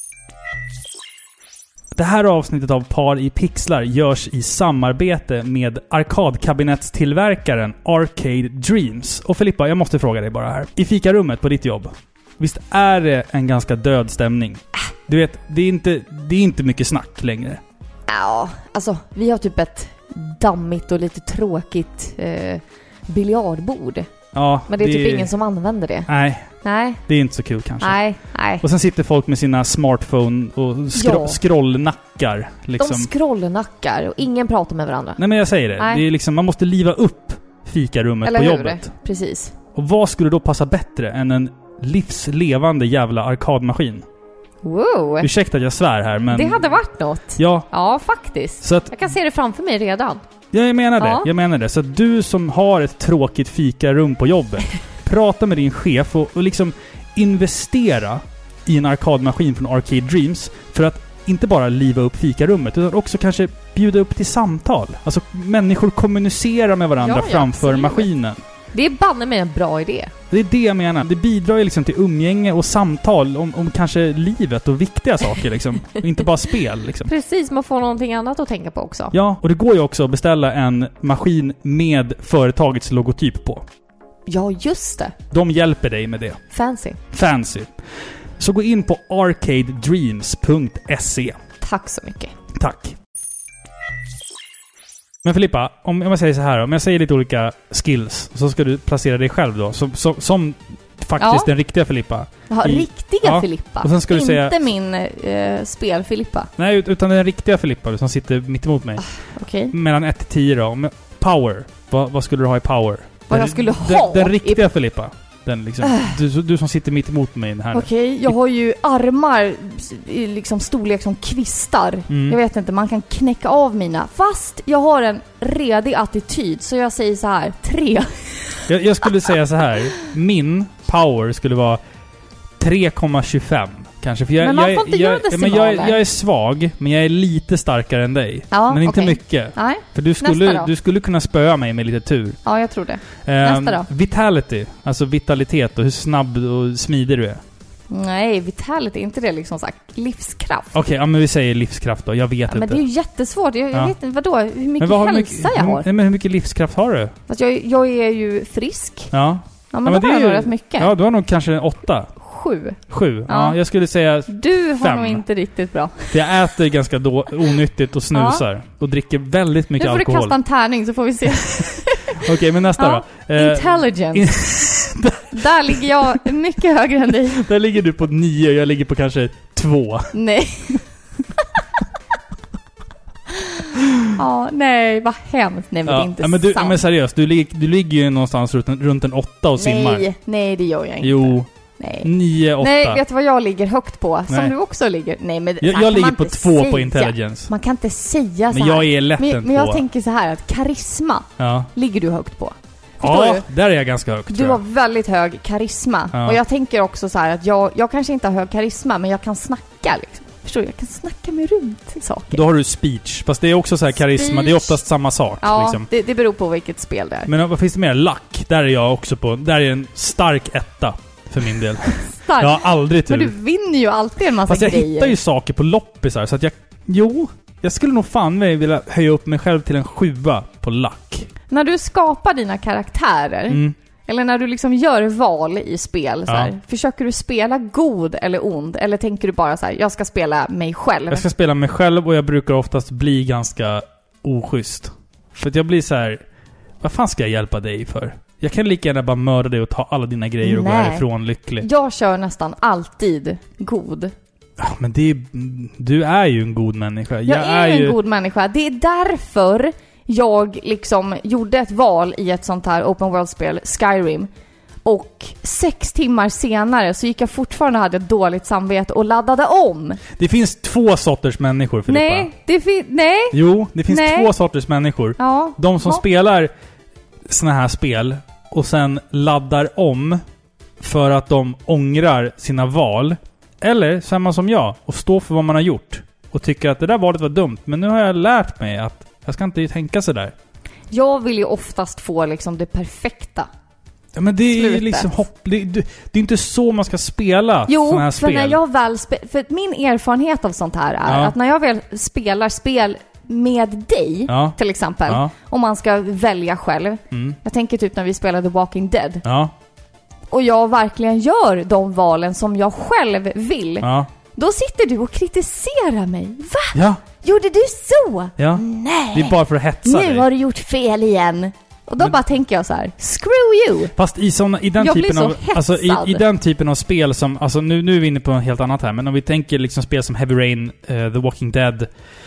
Det här avsnittet av Par i pixlar görs i samarbete med arkadkabinettstillverkaren Arcade Dreams. Och Filippa, jag måste fråga dig bara här. I fikarummet på ditt jobb, visst är det en ganska död stämning? Du vet, det är inte mycket snack längre. Ja, alltså vi har typ ett dammigt och lite tråkigt biljardbord. Ja, men det är typ ingen som använder det. Nej. Det är inte så kul kanske. Nej. Och sen sitter folk med sina smartphone och scrollnackar. Liksom. De scrollnackar och ingen pratar med varandra. Nej, men jag säger det. Det är liksom, man måste liva upp fikarummet eller på jobbet. Precis. Och vad skulle då passa bättre än en livslevande jävla arkadmaskin? Wow. Ursäkta att jag svär här, men... Det hade varit något. Ja, faktiskt. Så att, jag kan se det framför mig redan. Jag menar det. Så att du som har ett tråkigt fikarum på jobbet, prata med din chef och liksom investera i en arkadmaskin från Arcade Dreams för att inte bara liva upp fikarummet utan också kanske bjuda upp till samtal. Alltså människor kommunicerar med varandra framför maskinen. Det är banne mig en bra idé. Det är det jag menar. Det bidrar ju liksom till umgänge och samtal om kanske livet och viktiga saker liksom. Och inte bara spel liksom. Precis, man får någonting annat att tänka på också. Ja, och det går ju också att beställa en maskin med företagets logotyp på. Ja, just det. De hjälper dig med det. Fancy. Så gå in på arcadedreams.se. Tack så mycket. Tack. Men Filippa, om jag säger så här, om jag säger lite olika skills så ska du placera dig själv då som faktiskt den riktiga Filippa. Ja, riktiga Filippa. Och sen ska du inte säga min spel-Filippa. Nej, utan den riktiga Filippa som sitter mitt emot mig. Okej. Mellan 1 till 10 då. Power. Vad skulle du ha i power? Vad jag skulle ha? Den riktiga Filippa. Den liksom, du som sitter mitt emot mig här. Okej, jag har ju armar i liksom storlek som kvistar. Jag vet inte, man kan knäcka av mina. Fast jag har en redig attityd, så jag säger så här, 3. Jag skulle säga så här. Min power skulle vara 3,25. kanske. För men man får inte göra decimaler. Jag är svag, men jag är lite starkare än dig. Ja, men inte mycket. Nej. För du skulle kunna spöa mig med lite tur. Ja, jag tror det. Nästa då. Vitality, alltså vitalitet och hur snabb och smidig du är. Nej, vitality, inte det liksom sagt livskraft. Okej, ja, men vi säger livskraft då. Jag vet inte. Men det är ju jättesvårt. Jag vet inte, vadå? Hur mycket hälsa jag har? Men hur mycket livskraft har du? Fast jag är ju frisk. Ja. Ja, men då har jag nog rätt mycket. Ja, du har nog kanske 8. 7. Ja, jag skulle säga 5. Du har nog inte riktigt bra. För jag äter ganska onyttigt och snusar. Och dricker väldigt mycket alkohol. Nu får du kasta en tärning så får vi se. Okej, men nästa då. Intelligence. Där ligger jag mycket högre än dig. Där ligger du på 9 och jag ligger på kanske 2. Nej. Ja, nej, vad hemskt. Nej, men det är inte sant. Men seriöst, du ligger ju någonstans runt en 8 och simmar. Nej, det gör jag inte. Jo. Nej. 9, 8. Nej, vet du vad jag ligger högt på? Som du också ligger. Nej, men jag ligger på 2 på intelligence. Man kan inte säga så men jag är lätt en 2. Men jag tänker så här att karisma ligger du högt på. Ja, där är jag ganska högt. Du har väldigt hög karisma. Ja. Och jag tänker också så här att jag kanske inte har hög karisma, men jag kan snacka liksom. Förstår du? Jag kan snacka mig runt saker. Då har du speech. Fast det är också så här karisma. Det är oftast samma sak. Ja, liksom. det beror på vilket spel det är. Men vad finns det mer? Luck. Där är jag också på. Där är en stark 1 för min del. Stark? Jag har aldrig tur. Men du vinner ju alltid en massa grejer. Fast jag hittar ju saker på loppisar. Så att jag skulle nog fan vilja höja upp mig själv till en 7 på Luck. När du skapar dina karaktärer... Eller när du liksom gör val i spel så här, försöker du spela god eller ond? Eller tänker du bara så här, jag ska spela mig själv? Jag ska spela mig själv och jag brukar oftast bli ganska oschysst. För att jag blir så här, vad fan ska jag hjälpa dig för? Jag kan lika gärna bara mörda dig och ta alla dina grejer och gå härifrån lycklig. Jag kör nästan alltid god. Ja, men du är ju en god människa. Jag är ju en god människa. Det är därför jag liksom gjorde ett val i ett sånt här open world-spel, Skyrim. Och 6 timmar senare så gick jag fortfarande och hade ett dåligt samvete och laddade om. Det finns 2 sorters människor, Filippa. Nej. Jo, det finns 2 sorters människor. Ja. De som spelar såna här spel och sen laddar om för att de ångrar sina val. Eller samma som jag och står för vad man har gjort. Och tycker att det där valet var dumt. Men nu har jag lärt mig att jag ska inte tänka så där. Jag vill ju oftast få liksom det perfekta. Ja, men det är liksom det är inte så man ska spela såna här spel. Jo, för när jag väl för min erfarenhet av sånt här är att när jag väl spelar spel med dig till exempel, om man ska välja själv. Jag tänker typ när vi spelade The Walking Dead. Och jag verkligen gör de valen som jag själv vill. Då sitter du och kritiserar mig. Va? Ja. Gjorde du så? Ja. Nej. Det är bara för att hetsa dig. Nu har du gjort fel igen. Och då bara tänker jag så här: screw you. Fast i den typen av alltså i den typen av spel som alltså nu är vi inne på något helt annat här, men om vi tänker liksom spel som Heavy Rain, The Walking Dead,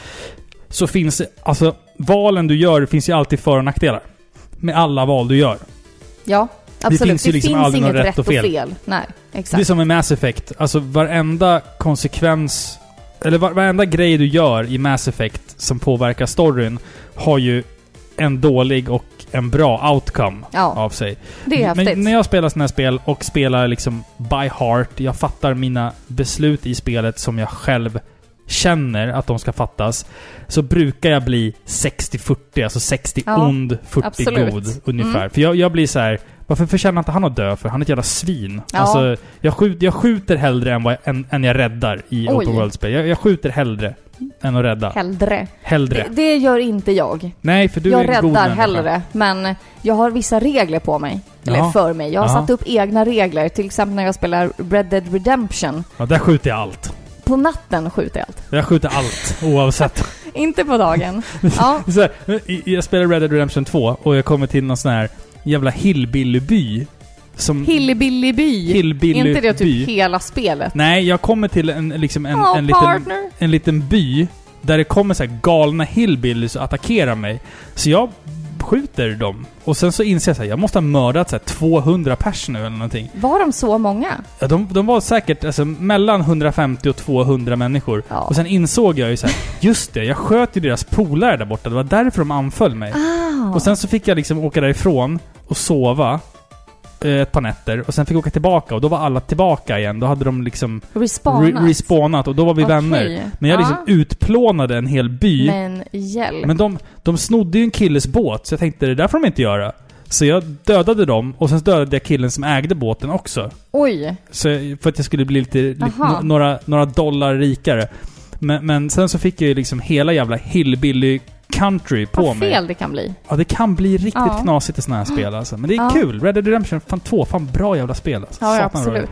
så finns alltså valen du gör finns ju alltid för- och nackdelar med alla val du gör. Ja, absolut. Det finns ju liksom aldrig något rätt och fel. Nej, exakt. Det är som med Mass Effect. Alltså varenda konsekvens eller varenda grej du gör i Mass Effect som påverkar storyn har ju en dålig och en bra outcome av sig. Det är häftigt. Men när jag spelar såna här spel och spelar liksom by heart, jag fattar mina beslut i spelet som jag själv känner att de ska fattas, så brukar jag bli 60-40, alltså 60 ond, 40 god ungefär. För jag blir så här: varför förtjänar inte han att dö för? Han är ett jävla svin. Alltså, jag skjuter hellre än jag räddar i open world-spel. Jag skjuter hellre än att rädda. Hellre. Det gör inte jag. Nej, för du är en god människa. Jag räddar hellre, men jag har vissa regler på mig. Eller för mig. Jag har satt upp egna regler. Till exempel när jag spelar Red Dead Redemption. Ja, där skjuter jag allt. På natten skjuter jag allt. Jag skjuter allt, oavsett. Inte på dagen. Så här, jag spelar Red Dead Redemption 2 och jag kommer till någon sån här jävla hillbillyby. Hillbillyby? Inte det typ hela spelet? Nej, jag kommer till en liten by där det kommer så här galna hillbillies och attackerar mig. Så jag skjuter dem. Och sen så inser jag så här, jag måste ha mördat så här 200 personer eller någonting. Var de så många? Ja, de var säkert alltså, mellan 150 och 200 människor. Ja. Och sen insåg jag ju så här, just det, jag sköt ju deras polare där borta. Det var därför de anföll mig. Och sen så fick jag liksom åka därifrån och sova. ett par nätter och sen fick jag åka tillbaka och då var alla tillbaka igen. Då hade de liksom respawnat och då var vi vänner. Men jag liksom utplånade en hel by. Men hjälp. Men de snodde ju en killes båt så jag tänkte det där får de inte göra. Så jag dödade dem och sen dödade jag killen som ägde båten också. Oj. Så för att jag skulle bli lite några dollar rikare. Men sen så fick jag ju liksom hela jävla hillbilly country på mig. Vad fel det kan bli. Ja, det kan bli riktigt knasigt i såna här spel alltså. Men det är kul. Red Dead Redemption 2, fan bra jävla spel alltså. Ja, absolut.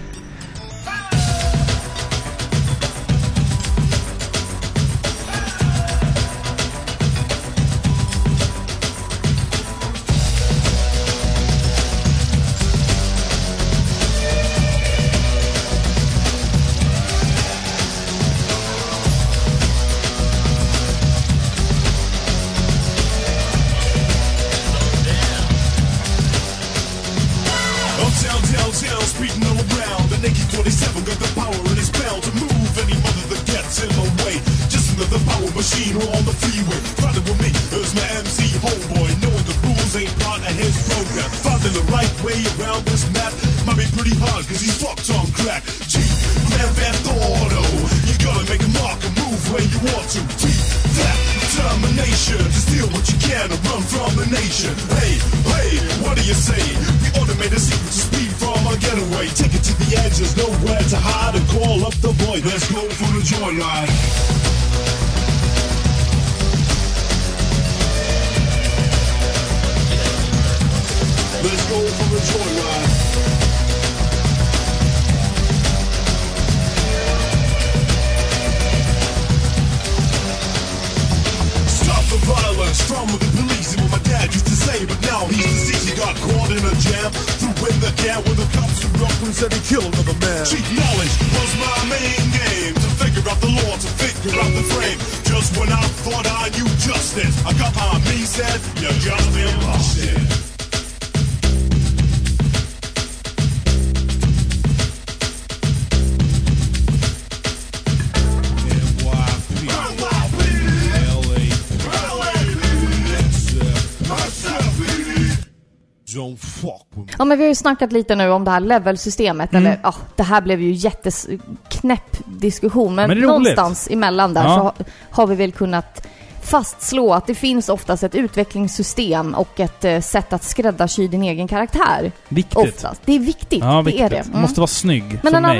Ja, men vi har ju snackat lite nu om det här levelsystemet. Eller, det här blev ju jätteknäpp diskussion. Men någonstans emellan där så har vi väl kunnat fastslå att det finns oftast ett utvecklingssystem och ett sätt att skräddarsy din egen karaktär. Viktigt. Oftast. Det är viktigt, ja, det är det. Måste vara snygg. Men en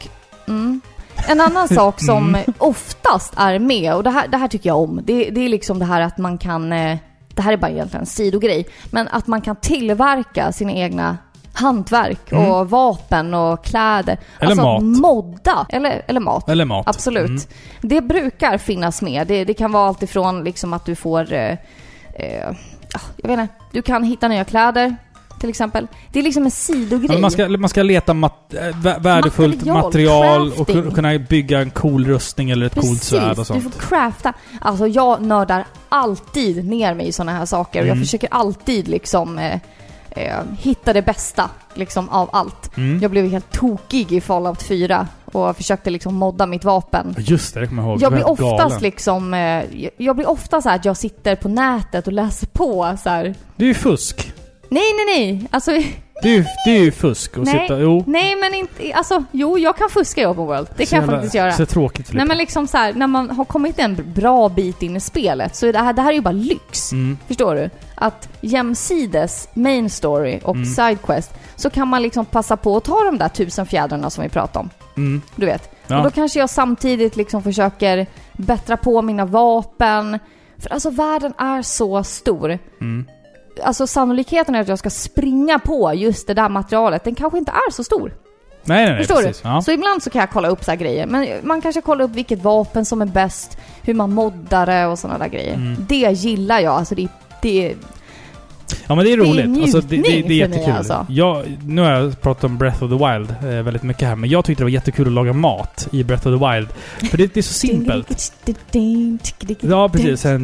annan sak som oftast är med, och det här tycker jag om, det är liksom det här att man kan... Det här är bara egentligen en sidogrej. Men att man kan tillverka sina egna hantverk och vapen och kläder. Eller alltså mat. Modda. Eller mat. Eller mat. Absolut. Det brukar finnas med. Det kan vara allt ifrån liksom att du får... jag vet inte. Du kan hitta nya kläder. Till exempel. Det är liksom en sidogrej. Ja, man ska leta värdefullt material och kunna bygga en cool rustning eller ett coolt svärd och sånt. Du får crafta. Alltså jag nördar alltid ner mig i såna här saker. Och jag försöker alltid liksom hitta det bästa liksom av allt. Jag blev helt tokig i Fallout 4 och försökte liksom modda mitt vapen. Just det kommer jag ihåg. Jag blir oftast liksom jag blir ofta så här att jag sitter på nätet och läser på så här. Det är ju fusk. Nej. Alltså det är ju fusk att sitta. Nej, men inte alltså jag kan fuska i Open World. Det kan jag faktiskt göra. Så tråkigt. Nej, men liksom så här, när man har kommit en bra bit in i spelet så är det här är ju bara lyx. Förstår du? Att jämsides main story och sidequest så kan man liksom passa på att ta de där 1000 fjädrarna som vi pratade om. Du vet. Ja. Och då kanske jag samtidigt liksom försöker bättra på mina vapen. För alltså världen är så stor. Alltså sannolikheten är att jag ska springa på just det där materialet, den kanske inte är så stor. Nej, förstår precis. du? Ja. Så ibland så kan jag kolla upp så här grejer. Men man kanske kollar upp vilket vapen som är bäst, hur man moddar det och sådana där grejer. Det gillar jag. Alltså det Ja, men det är roligt. Det är jättekul. Alltså. Nu har jag pratat om Breath of the Wild väldigt mycket här, men jag tyckte det var jättekul att laga mat i Breath of the Wild. För det är så simpelt. Ja, precis. Sen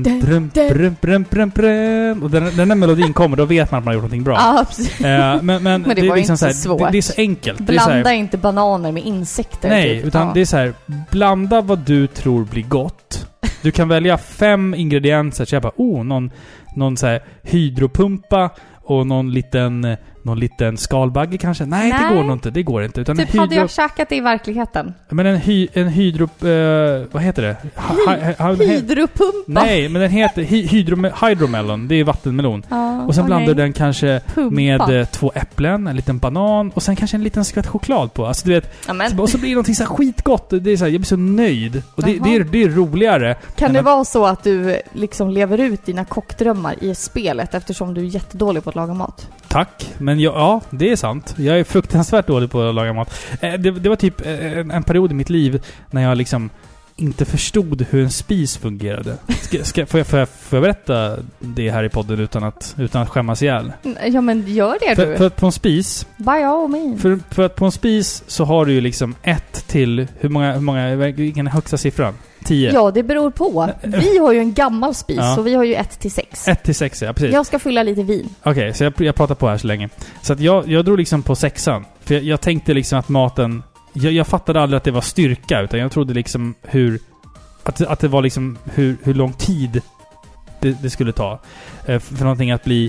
och den där melodin kommer, då vet man att man har gjort någonting bra. Ja, precis. Men det var är liksom inte så svårt. Det är så enkelt. Blanda inte bananer med insekter. Nej, typ. utan det är så här, blanda vad du tror blir gott. Du kan välja 5 ingredienser. Så jag bara, någon så här hydropumpa och någon liten skalbagge kanske. Nej, det går nog inte. Det går inte. Utan typ hade jag käkat det i verkligheten. Men en hydro... vad heter det? Hydropumpa? Nej, men den heter hydromelon. Det är vattenmelon. Och sen blandar den kanske med 2 äpplen, en liten banan och sen kanske en liten skvätt choklad på. Alltså du vet, och så blir det någonting så här skitgott. Det är så här, jag blir så nöjd. Och det är roligare. Kan det vara så att du liksom lever ut dina kockdrömmar i spelet eftersom du är jättedålig på att laga mat? Tack, men ja, det är sant. Jag är fruktansvärt dålig på att laga mat. Det var typ en period i mitt liv när jag liksom inte förstod hur en spis fungerade. Får jag berätta det här i podden utan att skämmas ihjäl? Ja, men gör det du. För att på en spis... By all means. För att på en spis så har du ju liksom 1 till... Hur många vilken är högsta siffran? 10? Ja, det beror på. Vi har ju en gammal spis, så vi har ju 1 till 6. 1 till 6, ja, precis. Jag ska fylla lite vin. Okej, så jag pratar på här så länge. Så att jag drog liksom på 6:an. För jag tänkte liksom att maten... Jag fattade aldrig att det var styrka, utan jag trodde liksom att det var liksom hur lång tid det skulle ta för någonting att bli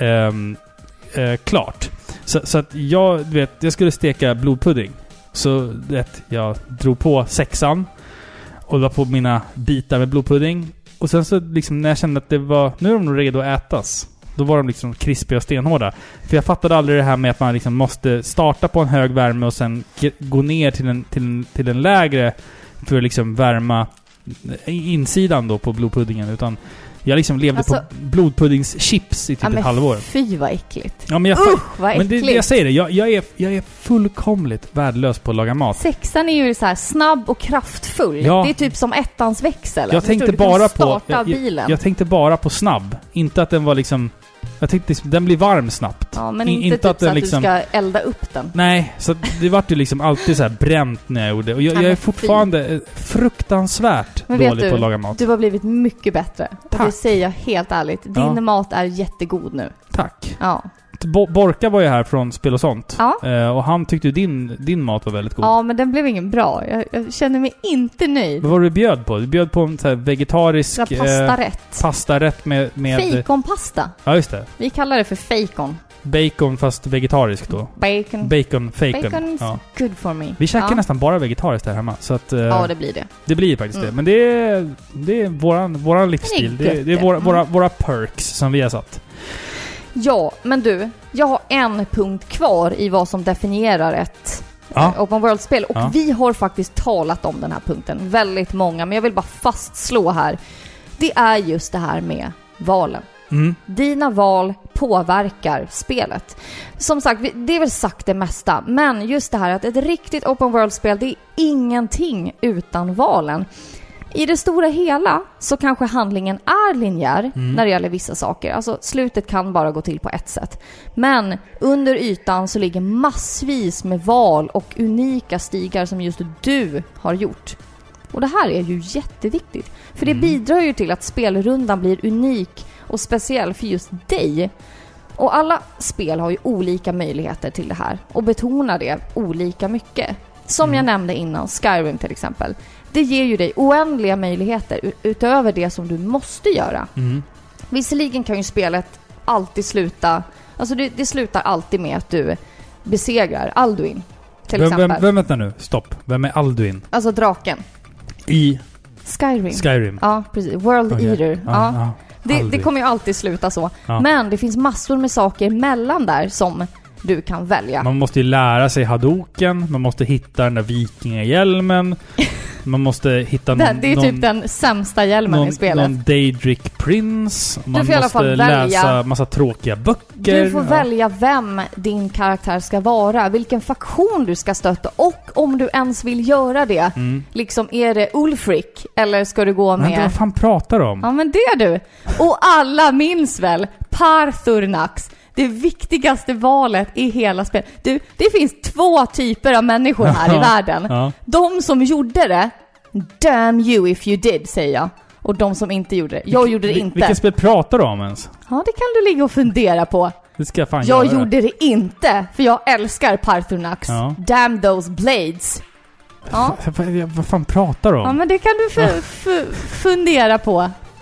klart. Så att jag skulle steka blodpudding. Så jag drog på 6:an och la på mina bitar med blodpudding. Och sen så liksom när jag kände att nu är de nog redo att ätas. Då var de liksom krispiga och stenhårda. För jag fattade aldrig det här med att man liksom måste starta på en hög värme och sen gå ner till en lägre för att liksom värma insidan då på blodpuddingen. Utan jag liksom levde på blodpuddingschips i typ ett halvår. Fy vad äckligt. Ja, men vad äckligt. Men det jag säger det. Jag är fullkomligt värdelös på att laga mat. 6:an är ju så här snabb och kraftfull. Ja. Det är typ som 1:ans växel. Jag tänkte bara på bilen. Jag tänkte bara på snabb. Inte att den var liksom... Jag tänkte liksom, den blir varm snabbt. Ja, men inte typ att den liksom, du ska elda upp den. Nej, så det vart ju liksom alltid så här bränt när jag gjorde. Och jag är fortfarande fruktansvärt dålig på att laga mat. Du har blivit mycket bättre. Tack. Och det säger jag helt ärligt. Din mat är jättegod nu. Tack. Ja. Borka var ju här från Spel och sånt. Ja. Och han tyckte din mat var väldigt god. Ja, men den blev ingen bra. Jag känner mig inte nöjd. Vad var det du bjöd på? Du bjöd på en så här vegetarisk... pastarätt med... Fejkonpasta. Ja, just det. Vi kallar det för fejkon. Bacon fast vegetarisk då. Bacon. Bacon is good for me. Vi käkar nästan bara vegetariskt här hemma. Så att, ja, det blir det. Det blir faktiskt det. Men det är våran livsstil. Det är våra perks som vi har satt. Ja, men du, jag har en punkt kvar i vad som definierar ett Open World-spel. Och vi har faktiskt talat om den här punkten. Väldigt många, men jag vill bara fastslå här. Det är just det här med valen. Dina val påverkar spelet. Som sagt, det är väl sagt det mesta. Men just det här att ett riktigt Open World-spel, det är ingenting utan valen. I det stora hela så kanske handlingen är linjär när det gäller vissa saker. Alltså slutet kan bara gå till på ett sätt. Men under ytan så ligger massvis med val och unika stigar som just du har gjort. Och det här är ju jätteviktigt. För det bidrar ju till att spelrundan blir unik och speciell för just dig. Och alla spel har ju olika möjligheter till det här. Och betonar det olika mycket. Som jag nämnde innan, Skyrim till exempel. Det ger ju dig oändliga möjligheter utöver det som du måste göra. Visserligen kan ju spelet alltid sluta... Alltså det slutar alltid med att du besegrar Alduin till exempel. Vem vänta nu? Stopp. Vem är Alduin? Alltså draken. I Skyrim. Ja, precis. World Eater. Ja. Det kommer ju alltid sluta så. Ja. Men det finns massor med saker mellan där som du kan välja. Man måste ju lära sig Hadouken. Man måste hitta den där vikingahjälmen. Man måste hitta det är typ den sämsta hjälmen i spelet. Någon Daedric Prince. Man måste i alla fall läsa massa tråkiga böcker. Du får välja vem din karaktär ska vara. Vilken faktion du ska stötta. Och om du ens vill göra det. Liksom, är det Ulfric? Eller ska du gå med... Men vad fan pratar du om? Ja, men det är du. Och alla minns väl Parthurnax. Det viktigaste valet i hela spelet. Det finns 2 typer av människor här i världen. Ja. De som gjorde det, damn you if you did, säger jag. Och de som inte gjorde det. Jag gjorde det inte. Vilket spel pratar du om ens? Ja, det kan du ligga och fundera på. Det ska jag fan jag göra. Gjorde det inte, för jag älskar Parthurnax. Ja. Damn those blades. Ja. Vad fan pratar du om? Ja, men det kan du fundera på.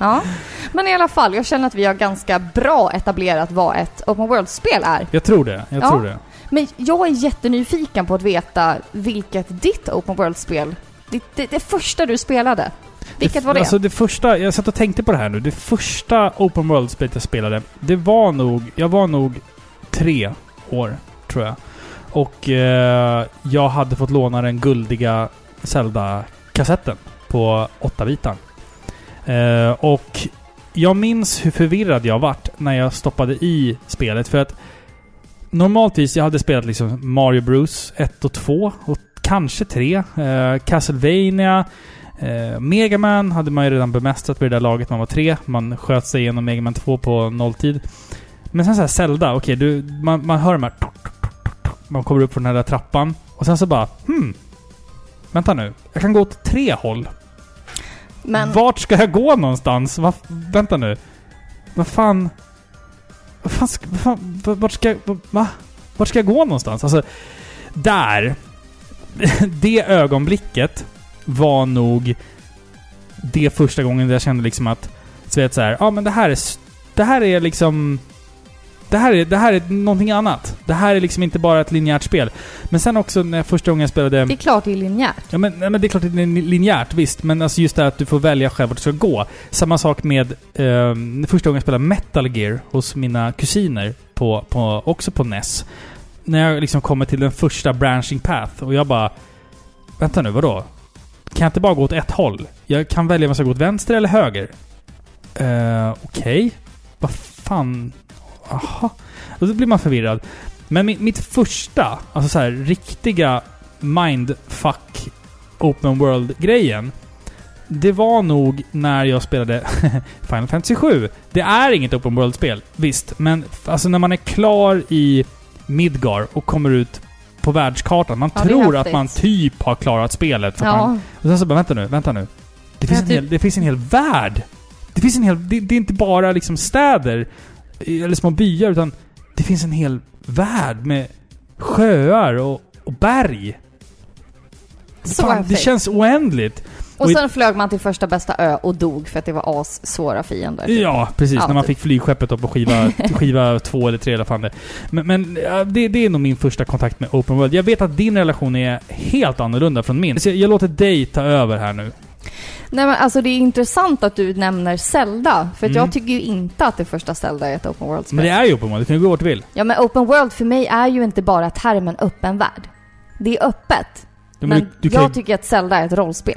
Ja, men i alla fall, jag känner att vi har ganska bra etablerat vad ett open world-spel är. Jag tror det, tror det. Men jag är jättenyfiken på att veta vilket ditt open world-spel, det första du spelade. Vilket var det? Alltså det första, jag satt och tänkte på det här nu. Det första open world-spelet jag spelade, jag var nog 3 år, tror jag. Och jag hade fått låna den guldiga Zelda-kassetten på 8-bitar. Och jag minns hur förvirrad jag vart när jag stoppade i spelet. För att normaltvis jag hade spelat liksom Mario Bros 1 och 2 och kanske 3. Castlevania, Mega Man hade man ju redan bemästrat vid det där laget. Man var 3. Man sköt sig igenom Mega Man 2 på nolltid. Men sen så här Zelda, man hör de här... Man kommer upp från den här trappan. Och sen så bara, vänta nu. Jag kan gå åt 3 håll. Men... Vart ska jag gå någonstans? Vänta nu. Vart ska jag gå någonstans? Alltså, där... det ögonblicket var nog det första gången där jag kände liksom att så här, men det här är liksom det här är någonting annat. Det här är liksom inte bara ett linjärt spel. Men sen också när första gången jag spelade... Det är klart det är linjärt. Ja, men det är klart det är linjärt, visst. Men alltså just det att du får välja själv vart du ska gå. Samma sak med första gången jag spelade Metal Gear hos mina kusiner också på NES. När jag liksom kommer till den första branching path och jag bara... Vänta nu, vadå? Kan jag inte bara gå åt ett håll? Jag kan välja om jag ska gå åt vänster eller höger. Okej. Vad fan... Aha. Och då blir man förvirrad. Men mitt första, alltså så här riktiga mindfuck open world-grejen, det var nog när jag spelade Final Fantasy 7. Det är inget open world-spel, visst. Men alltså när man är klar i Midgar och kommer ut på världskartan, man tror att man typ har klarat spelet. För och sen så bara, vänta nu. Det finns en hel värld. Det är inte bara liksom städer eller små byar, utan det finns en hel värld med sjöar och berg. Fan, det känns oändligt. Och sen flög man till första bästa ö och dog för att det var svåra fiender. Ja, precis. När man fick flygskeppet upp på skiva 2 eller 3 eller fan det. Men det är nog min första kontakt med open world. Jag vet att din relation är helt annorlunda från min. Så jag låter dig ta över här nu. Nej, men alltså det är intressant att du nämner Zelda. För att jag tycker ju inte att det första Zelda är ett open world-spel. Men det är ju open world, du kan ju gå vart du vill. Ja, men open world för mig är ju inte bara termen öppen värld. Det är öppet. Ja, men jag tycker att Zelda är ett rollspel.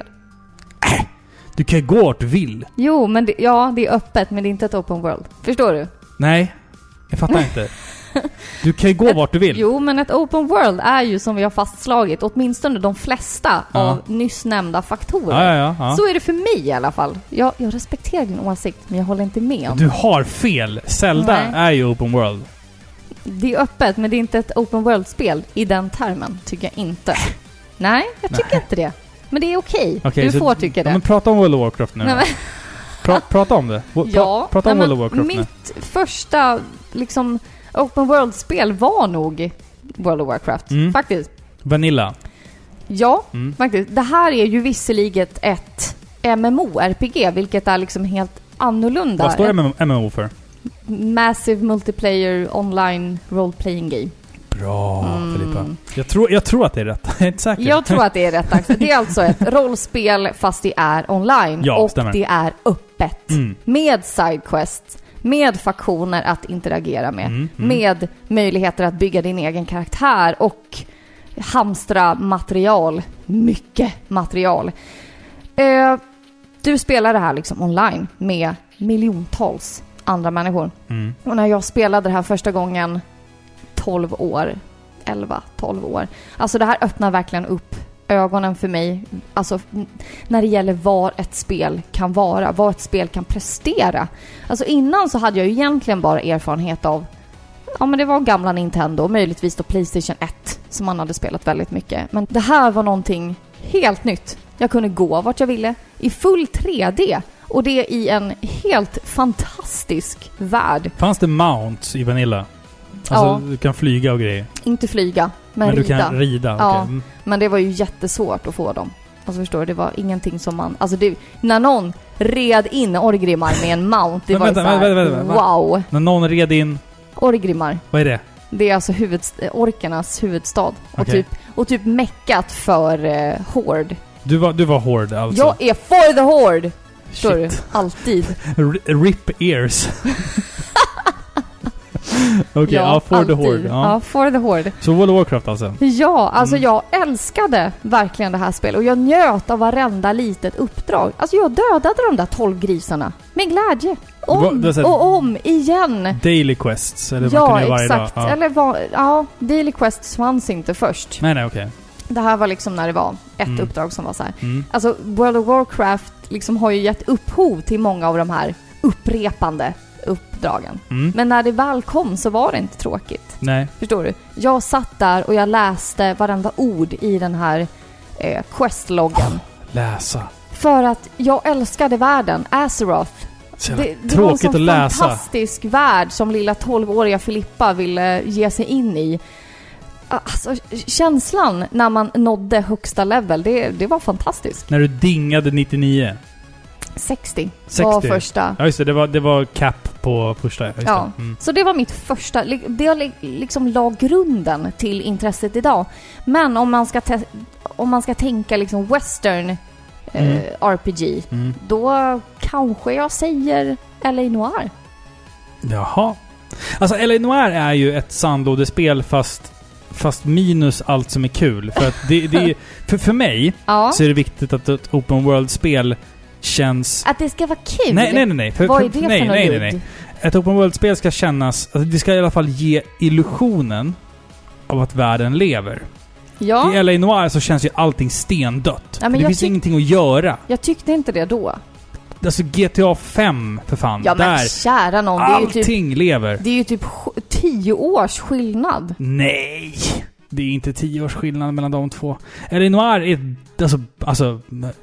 Du kan ju gå vart du vill. Jo, men det är öppet, men det är inte ett open world. Förstår du? Nej, jag fattar inte. Du kan ju gå vart du vill. Jo, men ett open world är ju som vi har fastslagit åtminstone de flesta av nyss nämnda faktorer. Ja. Så är det för mig i alla fall. Jag respekterar din åsikt, men jag håller inte med om. Du har fel. Zelda är ju open world. Det är öppet, men det är inte ett open world-spel i den termen, tycker jag inte. Nej, jag tycker inte det. Men det är okej. Du får tycka det. Men prata om World of Warcraft nu. Prata om det. Prata om World of Warcraft nu. Mitt första liksom open world-spel var nog World of Warcraft. Faktiskt. Vanilla. Ja, faktiskt. Det här är ju visserligen ett MMORPG, vilket är liksom helt annorlunda. Vad står MMO för? Massive Multiplayer Online Role-Playing Game. Bra, Filippa. Jag tror att det är rätt. Jag är inte säker. Jag tror att det är rätt. Det är alltså ett rollspel fast det är online. Ja, och stämmer. det är öppet. Med sidequests. Med faktioner att interagera med. Med möjligheter att bygga din egen karaktär. Och hamstra material. Mycket material. Du spelar det här liksom online med miljontals andra människor. Och när jag spelade det här första gången 12 år. Alltså det här öppnar verkligen upp ögonen för mig. Alltså när det gäller vad ett spel kan vara. Vad ett spel kan prestera. Alltså innan så hade jag ju egentligen bara erfarenhet av... Ja, men det var gamla Nintendo. Möjligtvis då PlayStation 1 som man hade spelat väldigt mycket. Men det här var någonting helt nytt. Jag kunde gå vart jag ville. I full 3D. Och det i en helt fantastisk värld. Fanns det mounts i Vanilla? Alltså du kan flyga och grejer. Inte flyga, men rida. Du kan rida, ja, okay. Men det var ju jättesvårt att få dem. Alltså förstår du, det var ingenting som man... Alltså det, när någon red in Orgrimmar med en mount, det var vänta, wow. När någon red in... Orgrimmar. Vad är det? Det är alltså orkernas huvudstad. Okay. Och typ meckat för Horde. Du var Horde alltså? Jag är for the Horde! Förstår du? Alltid. Rip ears. Okej, ja, for the Horde. Ja, for the Horde. Så World of Warcraft alltså? Ja, alltså jag älskade verkligen det här spelet. Och jag njöt av varenda litet uppdrag. Alltså jag dödade de där 12 grisarna. Med glädje. Om igen. Daily quests? Eller ja, exakt. Ja. Eller Daily quests fanns inte först. Nej, okej. Det här var liksom när det var ett uppdrag som var så här. Alltså World of Warcraft liksom har ju gett upphov till många av de här upprepande uppdragen. Men när det väl kom så var det inte tråkigt. Nej. Förstår du? Jag satt där och jag läste varenda ord i den här questloggen. Läsa. För att jag älskade världen. Azeroth. Det var en sån fantastisk värld som lilla 12-åriga Filippa ville ge sig in i. Alltså, känslan när man nådde högsta level, det var fantastiskt. När du dingade 99? 60 var första. Ja, just det var cap på första. Ja, så det var mitt första. Det liksom la grunden till intresset idag. Men om man ska tänka liksom western RPG, då kanske jag säger L.A. Noire. Jaha. Alltså L.A. Noire är ju ett sandlådespel fast minus allt som är kul. För att för mig så är det viktigt att ett open world-spel känns... Att det ska vara kul? Nej. Vad är det för Nej. Ett open world-spel ska kännas... Alltså det ska i alla fall ge illusionen av att världen lever. Ja. I L.A. Noire så känns ju allting stendött. Ja, det finns ingenting att göra. Jag tyckte inte det då. Alltså GTA 5 för fan. Ja, men kära någon. Allting lever. Det är ju typ 10 års skillnad. Nej! Det är inte 10 års skillnad mellan de två. L.A. Noire är... Alltså,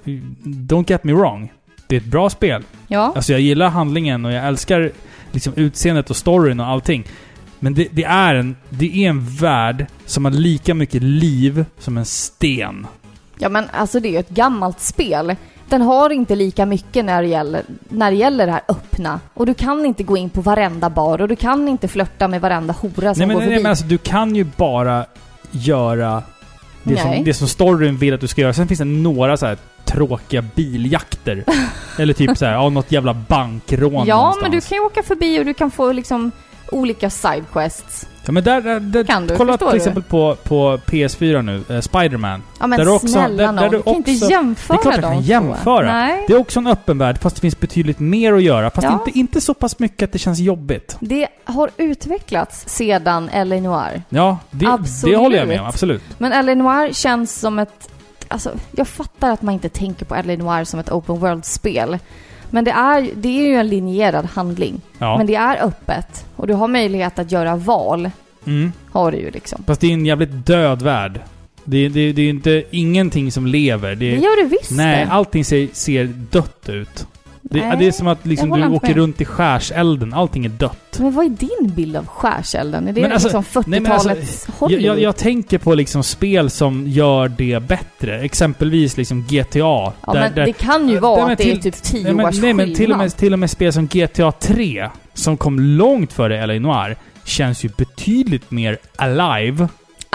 don't get me wrong. Det är ett bra spel. Ja. Alltså jag gillar handlingen och jag älskar liksom utseendet och storyn och allting. Men det är en värld som har lika mycket liv som en sten. Ja, men alltså det är ju ett gammalt spel. Den har inte lika mycket när det gäller det här öppna. Och du kan inte gå in på varenda bar och du kan inte flirta med varenda hora som går förbi. Nej, men alltså du kan ju bara göra det som storyn vill att du ska göra. Sen finns det några så här tråkiga biljakter. Eller typ så här, något jävla bankrån någonstans. Men du kan ju åka förbi och du kan få liksom olika sidequests. Ja, men där kan du, kolla till exempel på PS4 nu, Spider-Man. Ja, men där snälla någon, du kan inte jämföra. Det är klart jag kan jämföra. Nej. Det är också en öppen värld, fast det finns betydligt mer att göra. Fast inte så pass mycket att det känns jobbigt. Det har utvecklats sedan L.A. Noire. Ja, det håller jag med om, absolut. Men L.A. Noire känns som ett... Alltså, jag fattar att man inte tänker på L.A. Noire som ett open world-spel. Men det är ju en linjerad handling. Ja. Men det är öppet. Och du har möjlighet att göra val. Har du ju liksom. Fast det är en jävligt död värld. Det är inte ingenting som lever. Det gör det visst. Nej, allting ser dött ut. Det är som att liksom du åker runt i skärselden. Allting är dött. Men vad är din bild av skärselden? Är det liksom 40-talets Hollywood? Jag tänker på liksom spel som gör det bättre. Exempelvis liksom GTA. Ja, men det kan ju vara att det är typ 10 års skillnad. Men till och med spel som GTA 3, som kom långt före L.A. Noire, känns ju betydligt mer alive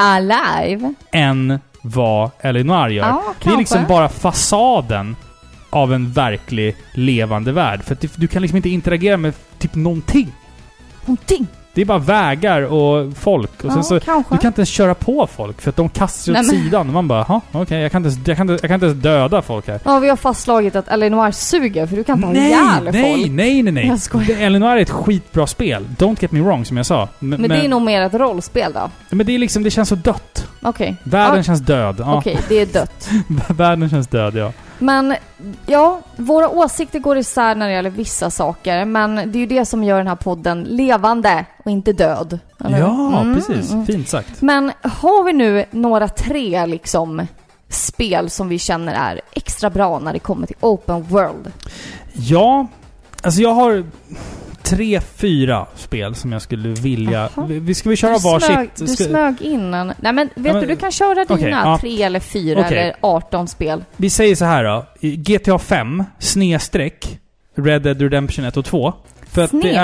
än vad L.A. Noire gör. Ja, det är liksom bara fasaden av en verklig levande värld. För att du kan liksom inte interagera med typ någonting. Det är bara vägar och folk. Och sen så, du kan inte ens köra på folk för att de kastar sig åt sidan. Och man bara, okej, jag kan inte ens döda folk här. Ja, vi har fastslagit att L.A. Noire suger för du kan inte ha ihjäl folk. Nej. L.A. Noire är ett skitbra spel. Don't get me wrong, som jag sa. Men det är nog mer ett rollspel då? Men det är liksom, det känns så dött. Okej. Världen känns död. Ja. Okej, det är dött. Världen känns död, ja. Men ja, våra åsikter går isär när det gäller vissa saker. Men det är ju det som gör den här podden levande och inte död. Eller? Ja, precis. Fint sagt. Men har vi nu några 3 liksom spel som vi känner är extra bra när det kommer till open world? Ja, alltså jag har 3-4 spel som jag skulle vilja... Ska vi köra varsitt? Du smög innan. Nej men du kan köra dina 3 eller 4 eller 18 spel. Vi säger så här då. GTA 5 / Red Dead Redemption 1 och 2. För att det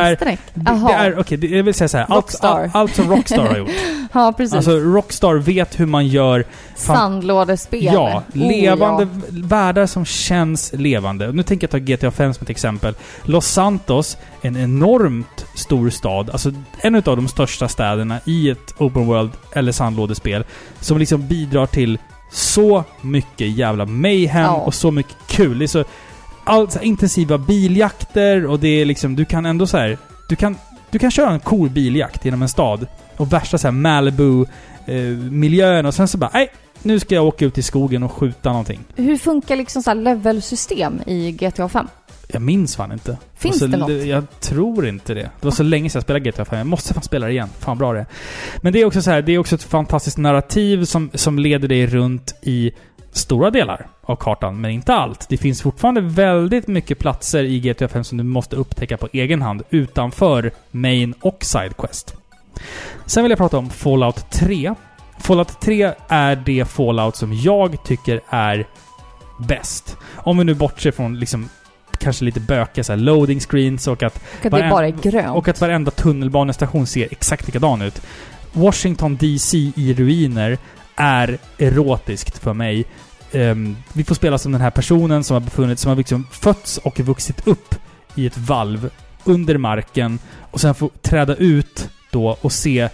är jag vill säga så här, allt som Rockstar har gjort. Ja, precis. Alltså Rockstar vet hur man gör sandlådespel. Ja, levande världar som känns levande. Nu tänker jag ta GTA 5 som ett exempel. Los Santos, en enormt stor stad, alltså en av de största städerna i ett open world eller sandlådespel, som liksom bidrar till så mycket jävla mayhem och så mycket kul. Det är så intensiva biljakter, och det är liksom, du kan ändå så här, du kan köra en cool biljakt genom en stad och värsta så här Malibu miljön, och sen så bara nej, nu ska jag åka ut i skogen och skjuta någonting. Hur funkar liksom så här level-system i GTA 5? Jag minns fan inte. Finns det något? Jag tror inte det. Det var så länge sedan jag spelade GTA 5. Jag måste fan spela det igen. Fan bra det är. Men det är också så här, det är också ett fantastiskt narrativ som leder dig runt i stora delar av kartan, men inte allt. Det finns fortfarande väldigt mycket platser i GTA 5 som du måste upptäcka på egen hand utanför main och sidequest. Sen vill jag prata om Fallout 3. Fallout 3 är det Fallout som jag tycker är bäst. Om vi nu bortser från liksom kanske lite böka så här loading screens och att det bara är grönt. Och att varenda tunnelbanestation ser exakt likadan ut. Washington DC i ruiner är erotiskt för mig. Vi får spela som den här personen som har liksom fötts och vuxit upp i ett valv under marken, och sen får träda ut då och se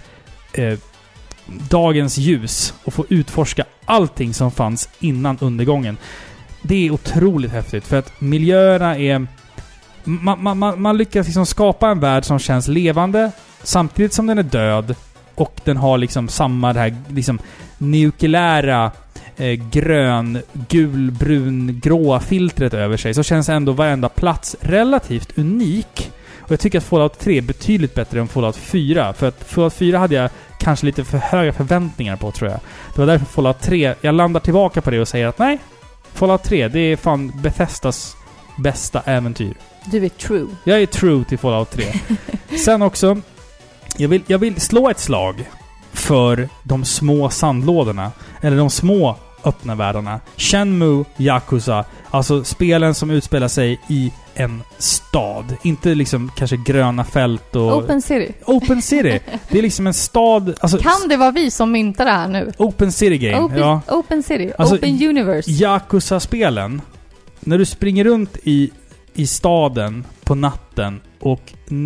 dagens ljus och få utforska allting som fanns innan undergången. Det är otroligt häftigt, för att miljöerna är... Man lyckas liksom skapa en värld som känns levande samtidigt som den är död, och den har liksom samma det här liksom nukleära grön, gul, brun, gråa filtret över sig, så känns ändå varenda plats relativt unik. Och jag tycker att Fallout 3 är betydligt bättre än Fallout 4, för att Fallout 4 hade jag kanske lite för höga förväntningar på, tror jag. Det var därför Fallout 3, jag landar tillbaka på det och säger att nej, Fallout 3, det är fan Bethesdas bästa äventyr. Du är true. Jag är true till Fallout 3. Sen också, jag vill slå ett slag för de små sandlådorna, eller de små öppna världarna. Shenmue, Yakuza, alltså spelen som utspelar sig i en stad. Inte liksom kanske gröna fält och... Open City. Open City. Det är liksom en stad... Alltså, kan det vara vi som myntar det här nu? Open City game, Open City. Alltså, Open Universe. Yakuza-spelen, när du springer runt i staden på natten och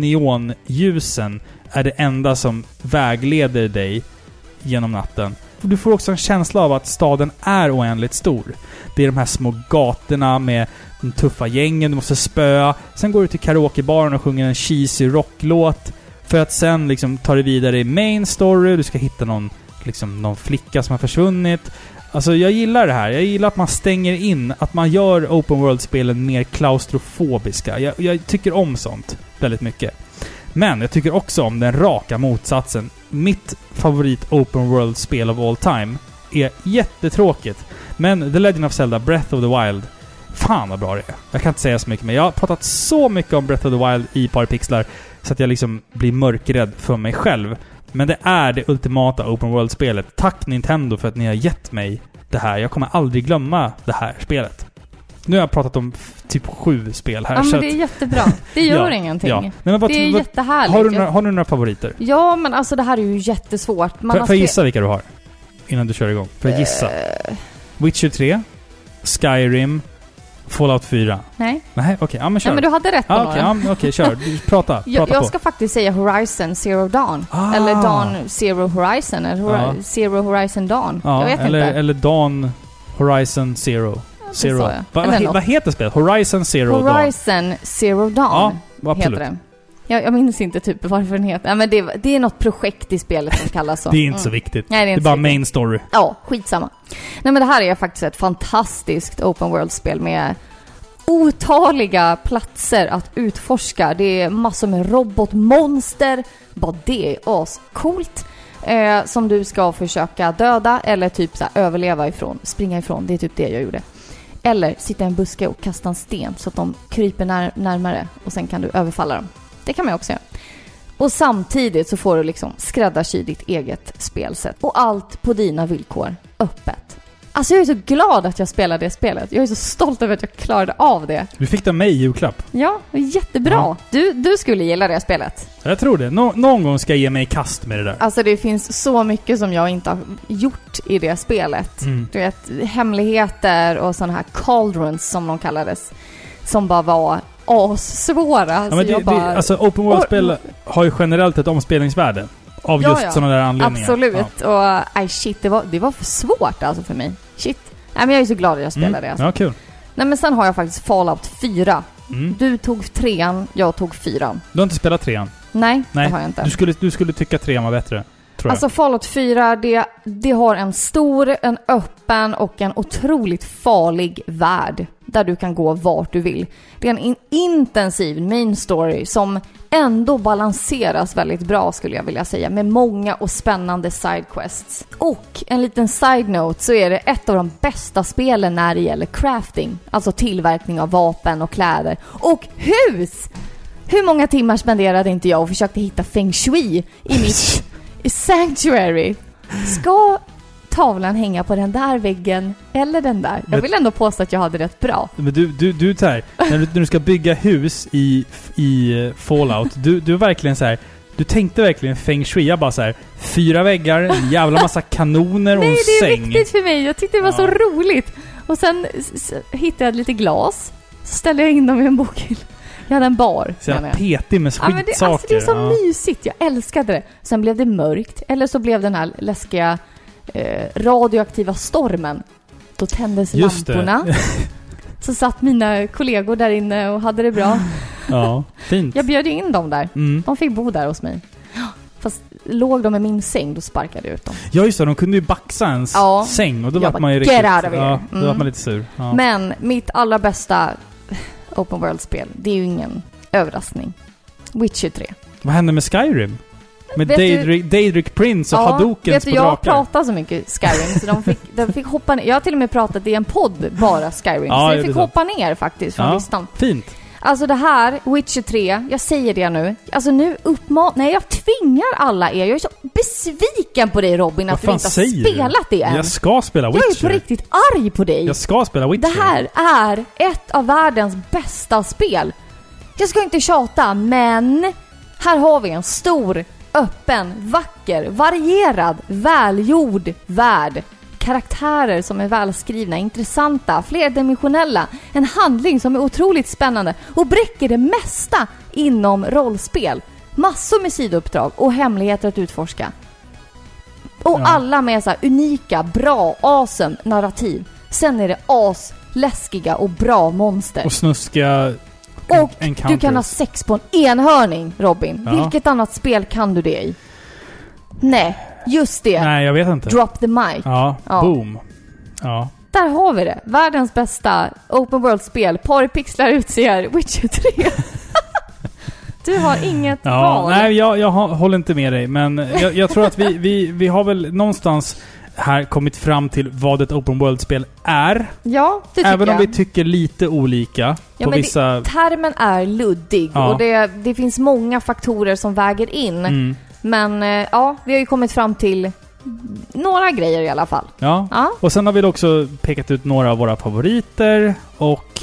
neonljusen är det enda som vägleder dig genom natten. Du får också en känsla av att staden är oändligt stor. Det är de här små gatorna med de tuffa gängen du måste spöa. Sen går du till karaokebaren och sjunger en cheesy rocklåt, för att sen liksom ta dig vidare i main story. Du ska hitta någon flicka som har försvunnit. Alltså jag gillar det här. Jag gillar att man stänger in, att man gör open world-spelen mer klaustrofobiska. Jag tycker om sånt väldigt mycket. Men jag tycker också om den raka motsatsen. Mitt favorit open world-spel of all time är jättetråkigt. Men The Legend of Zelda Breath of the Wild, fan vad bra det är. Jag kan inte säga så mycket, men jag har pratat så mycket om Breath of the Wild i Parapixlar så att jag liksom blir mörkrädd för mig själv. Men det är det ultimata open world-spelet. Tack Nintendo för att ni har gett mig det här. Jag kommer aldrig glömma det här spelet. Nu har jag pratat om typ 7 spel här. Ja, men det är jättebra. Det gör ingenting. Ja. Nej, men det är jättehärligt. Har du några favoriter? Ja, men alltså det här är ju jättesvårt. Får jag gissa vilka du har? Innan du kör igång. Får jag gissa? Witcher 3, Skyrim, Fallout 4. Nej. Nej, okej. Ja, men kör. Nej, men du hade rätt på några. Okej, kör. Prata jag ska faktiskt säga Horizon Zero Dawn. Eller Dawn Zero Horizon. Eller Zero Horizon Dawn. Ja, jag vet inte. Eller Dawn Horizon Zero. Vad heter spelet? Horizon Zero Dawn. Horizon Zero Dawn heter det. Jag minns inte typ varför den heter. Ja, men det är något projekt i spelet som kallas så. Det är inte så viktigt. Nej, det är bara main story. Ja, skitsamma. Nej, men det här är faktiskt ett fantastiskt open world-spel med otaliga platser att utforska. Det är massor med robotmonster. Bara det är ascoolt. Som du ska försöka döda eller typ så här, överleva ifrån, springa ifrån. Det är typ det jag gjorde. Eller sitta i en buske och kasta en sten så att de kryper närmare och sen kan du överfalla dem. det kan man också göra. Och samtidigt så får du liksom skräddarsy ditt eget spelsätt. Och allt på dina villkor, öppet. Alltså jag är så glad att jag spelade det spelet. Jag är så stolt över att jag klarade av det. Du fick det av mig i julklapp. Ja, jättebra. Ja. Du skulle gilla det spelet. Jag tror det. Någon gång ska jag ge mig i kast med det där. Alltså det finns så mycket som jag inte har gjort i det spelet. Du vet, hemligheter och sådana här cauldrons som de kallades. Som bara var svåra. Ja, men alltså open world-spel har ju generellt ett omspelningsvärde. Av just sådana där anledningar. Absolut. Ja. Och shit, det var för svårt alltså för mig. Shit. Nej, men jag är så glad att jag spelade det. Alltså. Ja, kul. Nej, men sen har jag faktiskt Fallout 4. Du tog 3:an, jag tog 4:an. Du har inte spelat 3:an? Nej, det har jag inte. Du skulle tycka 3:an var bättre, tror jag. Alltså Fallout 4, det har en stor, en öppen och en otroligt farlig värld. Där du kan gå vart du vill. Det är en intensiv main story som ändå balanseras väldigt bra, skulle jag vilja säga, med många och spännande sidequests. Och en liten side note, så är det ett av de bästa spelen när det gäller crafting, alltså tillverkning av vapen och kläder och hus. Hur många timmar spenderade inte jag och försökte hitta feng shui i mitt sanctuary? Ska tavlan hänga på den där väggen eller den där? Jag vill ändå påstå att jag hade rätt bra. Men du så här, när du ska bygga hus i Fallout, du verkligen så här, du tänkte verkligen feng shui. Jag bara så här, 4 väggar, en jävla massa kanoner och en säng. Nej, det är viktigt för mig. Jag tyckte det var så roligt. Och sen hittade jag lite glas. Så ställde jag in dem i en bokhylla. Jag hade en bar. Så jag petig med skitsaker. Alltså det är så mysigt. Jag älskade det. Sen blev det mörkt. Eller så blev den här läskiga radioaktiva stormen. Då tändes lamporna. Så satt mina kollegor där inne och hade det bra. Ja, fint. Jag bjöd in dem där. De fick bo där hos mig. Fast låg de i min säng, då sparkade jag ut dem. Ja just det, de kunde ju baxa en säng. Och då var man ju riktigt... då var man lite sur. Ja. Men mitt allra bästa open world-spel, det är ju ingen överraskning. Witcher 3. Vad hände med Skyrim? Med Daedric Prince och Hadoukens på drakar. Jag pratar så mycket Skyrim så de fick hoppa ner. Jag har till och med pratat i en podd bara Skyrim. Så jag fick hoppa ner faktiskt från listan. Fint. Alltså det här, Witcher 3, jag säger det nu. Alltså nu jag tvingar alla er. Jag är så besviken på dig, Robin, att du inte har spelat det än. Jag ska spela Witcher. Jag är på riktigt arg på dig. Jag ska spela Witcher. Det här är ett av världens bästa spel. Jag ska inte tjata, men här har vi en stor, öppen, vacker, varierad, välgjord värld. Karaktärer som är välskrivna, intressanta, flerdimensionella. En handling som är otroligt spännande och bräcker det mesta inom rollspel. Massor med sidouppdrag och hemligheter att utforska. Och alla med så här unika, bra, awesome narrativ. Sen är det läskiga och bra monster. Och snuskiga och encounters. Du kan ha sex på en enhörning, Robin. Ja. Vilket annat spel kan du det i? Nej, just det. Nej, jag vet inte. Drop the mic. Ja, boom. Ja. Där har vi det. Världens bästa open world-spel. Parpixlar utser Witcher 3. Du har inget val. Nej, jag håller inte med dig. Men jag tror att vi har väl någonstans här kommit fram till vad ett open world-spel är. Ja, det tycker Även om vi tycker lite olika på vissa... Termen är luddig. Och det finns många faktorer som väger in. Men vi har ju kommit fram till några grejer i alla fall. Ja. Och sen har vi också pekat ut några av våra favoriter. Och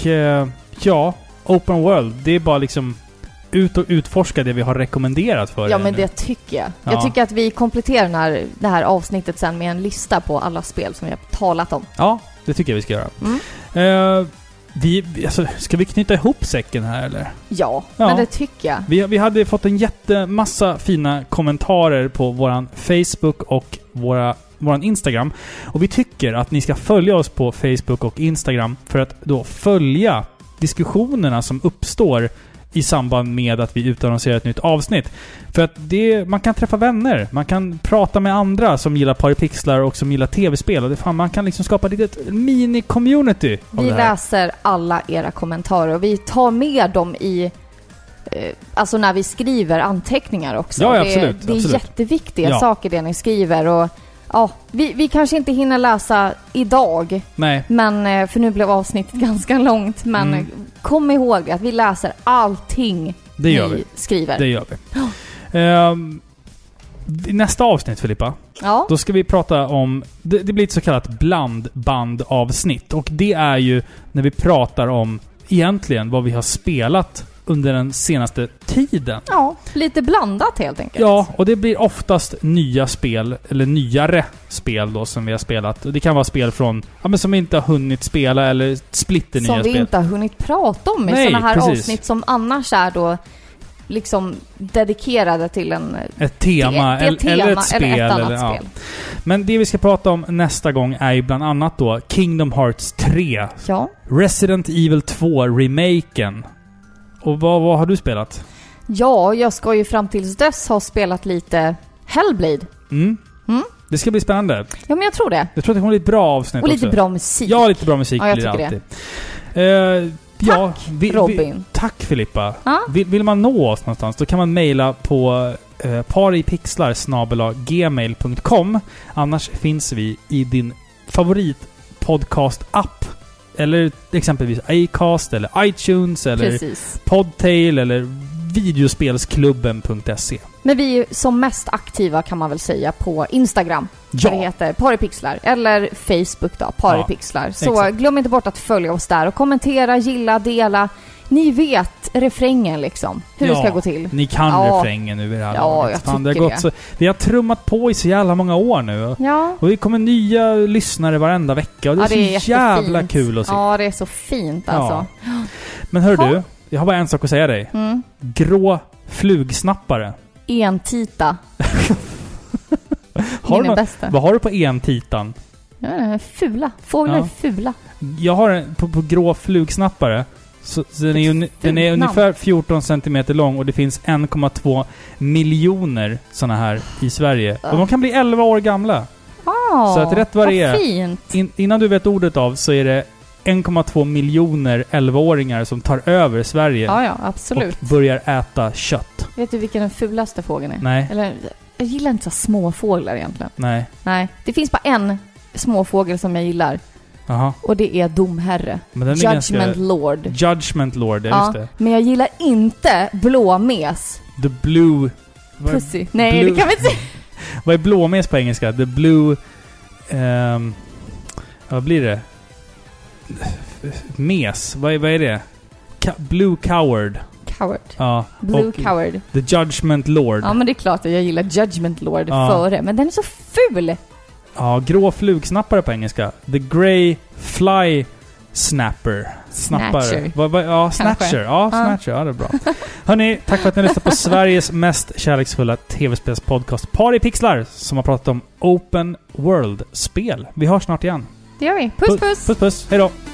open world, det är bara liksom ut och utforska det vi har rekommenderat för. Ja, men det tycker jag. Ja. Jag tycker att vi kompletterar det här avsnittet sen med en lista på alla spel som vi har talat om. Ja, det tycker jag vi ska göra. Ska vi knyta ihop säcken här eller? Ja, men det tycker jag. Vi hade fått en jättemassa fina kommentarer på våran Facebook och våran Instagram. Och vi tycker att ni ska följa oss på Facebook och Instagram för att då följa diskussionerna som uppstår i samband med att vi utannonserar ett nytt avsnitt. För att man kan träffa vänner, man kan prata med andra som gillar paripixlar och som gillar tv-spel. Och man kan liksom skapa ett litet mini-community. Vi läser alla era kommentarer och vi tar med dem i alltså när vi skriver anteckningar också. Ja, absolut. Det är jätteviktiga saker det ni skriver. Och vi kanske inte hinner läsa idag. Nej. Men för nu blev avsnittet ganska långt. Men kom ihåg att vi läser allting Det gör vi. Skriver. Det gör vi. I nästa avsnitt, Filippa, då ska vi prata om... Det blir ett så kallat blandbandavsnitt. Och det är ju när vi pratar om egentligen vad vi har spelat under den senaste tiden. Ja, lite blandat helt enkelt. Ja, och det blir oftast nya spel, eller nyare spel då som vi har spelat. Och det kan vara spel från, men som vi inte har hunnit spela, eller splitternya spel. Som vi inte har hunnit prata om i sådana här avsnitt som annars är då liksom dedikerade till ett tema, eller ett spel. Eller ett annat spel. Men det vi ska prata om nästa gång är ju bland annat då Kingdom Hearts 3. Ja. Resident Evil 2 remaken. Och vad har du spelat? Ja, jag ska ju fram tills dess ha spelat lite Hellblade. Det ska bli spännande. Ja, men jag tror det. Jag tror att det kommer bli ett bra avsnitt också. Och lite bra musik. Ja, lite bra musik jag blir det alltid. Tack, Robin. Tack, Filippa. Vill man nå oss någonstans, då kan man mejla på paripixlar@gmail.com. Annars finns vi i din favoritpodcast-app. Eller exempelvis Acast, eller iTunes, eller Podtail, eller videospelsklubben.se. Men vi är som mest aktiva, kan man väl säga, på Instagram. Ja. Det heter Paripixlar. Eller Facebook då, Paripixlar. Så exakt. glöm inte bort att följa oss där och kommentera, gilla, dela. Ni vet refrängen liksom. Hur det ska gå till. Ni kan refrängen nu i det här laget. Jag tycker det. Så, vi har trummat på i så jävla många år nu. Ja. Och vi kommer nya lyssnare varenda vecka. Och det är så jävla kul att se. Ja, det är så fint alltså. Ja. Men hör du, jag har bara en sak att säga dig. Grå flugsnappare. Entita. Bästa. Vad har du på entitan? Ja, fula. Fåglar är fula. Jag har en på grå flugsnappare. Så den är ungefär 14 cm lång och det finns 1,2 miljoner såna här i Sverige. Och de kan bli 11 år gamla. Så att rätt vad det är. Innan du vet ordet av så är det 1,2 miljoner 11-åringar som tar över Sverige. Ja, absolut. Och börjar äta kött. Vet du vilken den fulaste fågeln är? Nej. Eller, jag gillar inte så små fåglar egentligen. Nej. Det finns bara en småfågel som jag gillar. Aha. Och det är domherre. Men den Judgment Lord. Judgment Lord, just det. Men jag gillar inte blåmes. The blue... Pussy. Nej, det kan vi inte säga. Vad är blåmes på engelska? The blue... vad blir det? Mes. Vad är det? Blue coward. Ja. Blue coward. The Judgment Lord. Ja, men det är klart att jag gillar Judgment Lord före. Men den är så ful. Ja, grå flugsnappare på engelska. The Grey Fly Snapper. Snatcher. Snatcher. Ja, Snatcher. Ja, det är bra. Hörrni, tack för att ni lyssnade på Sveriges mest kärleksfulla tv-spelspodcast Paripixlar, som har pratat om Open World-spel. Vi hörs snart igen. Det gör vi. Puss, puss. Puss, puss. Hej då.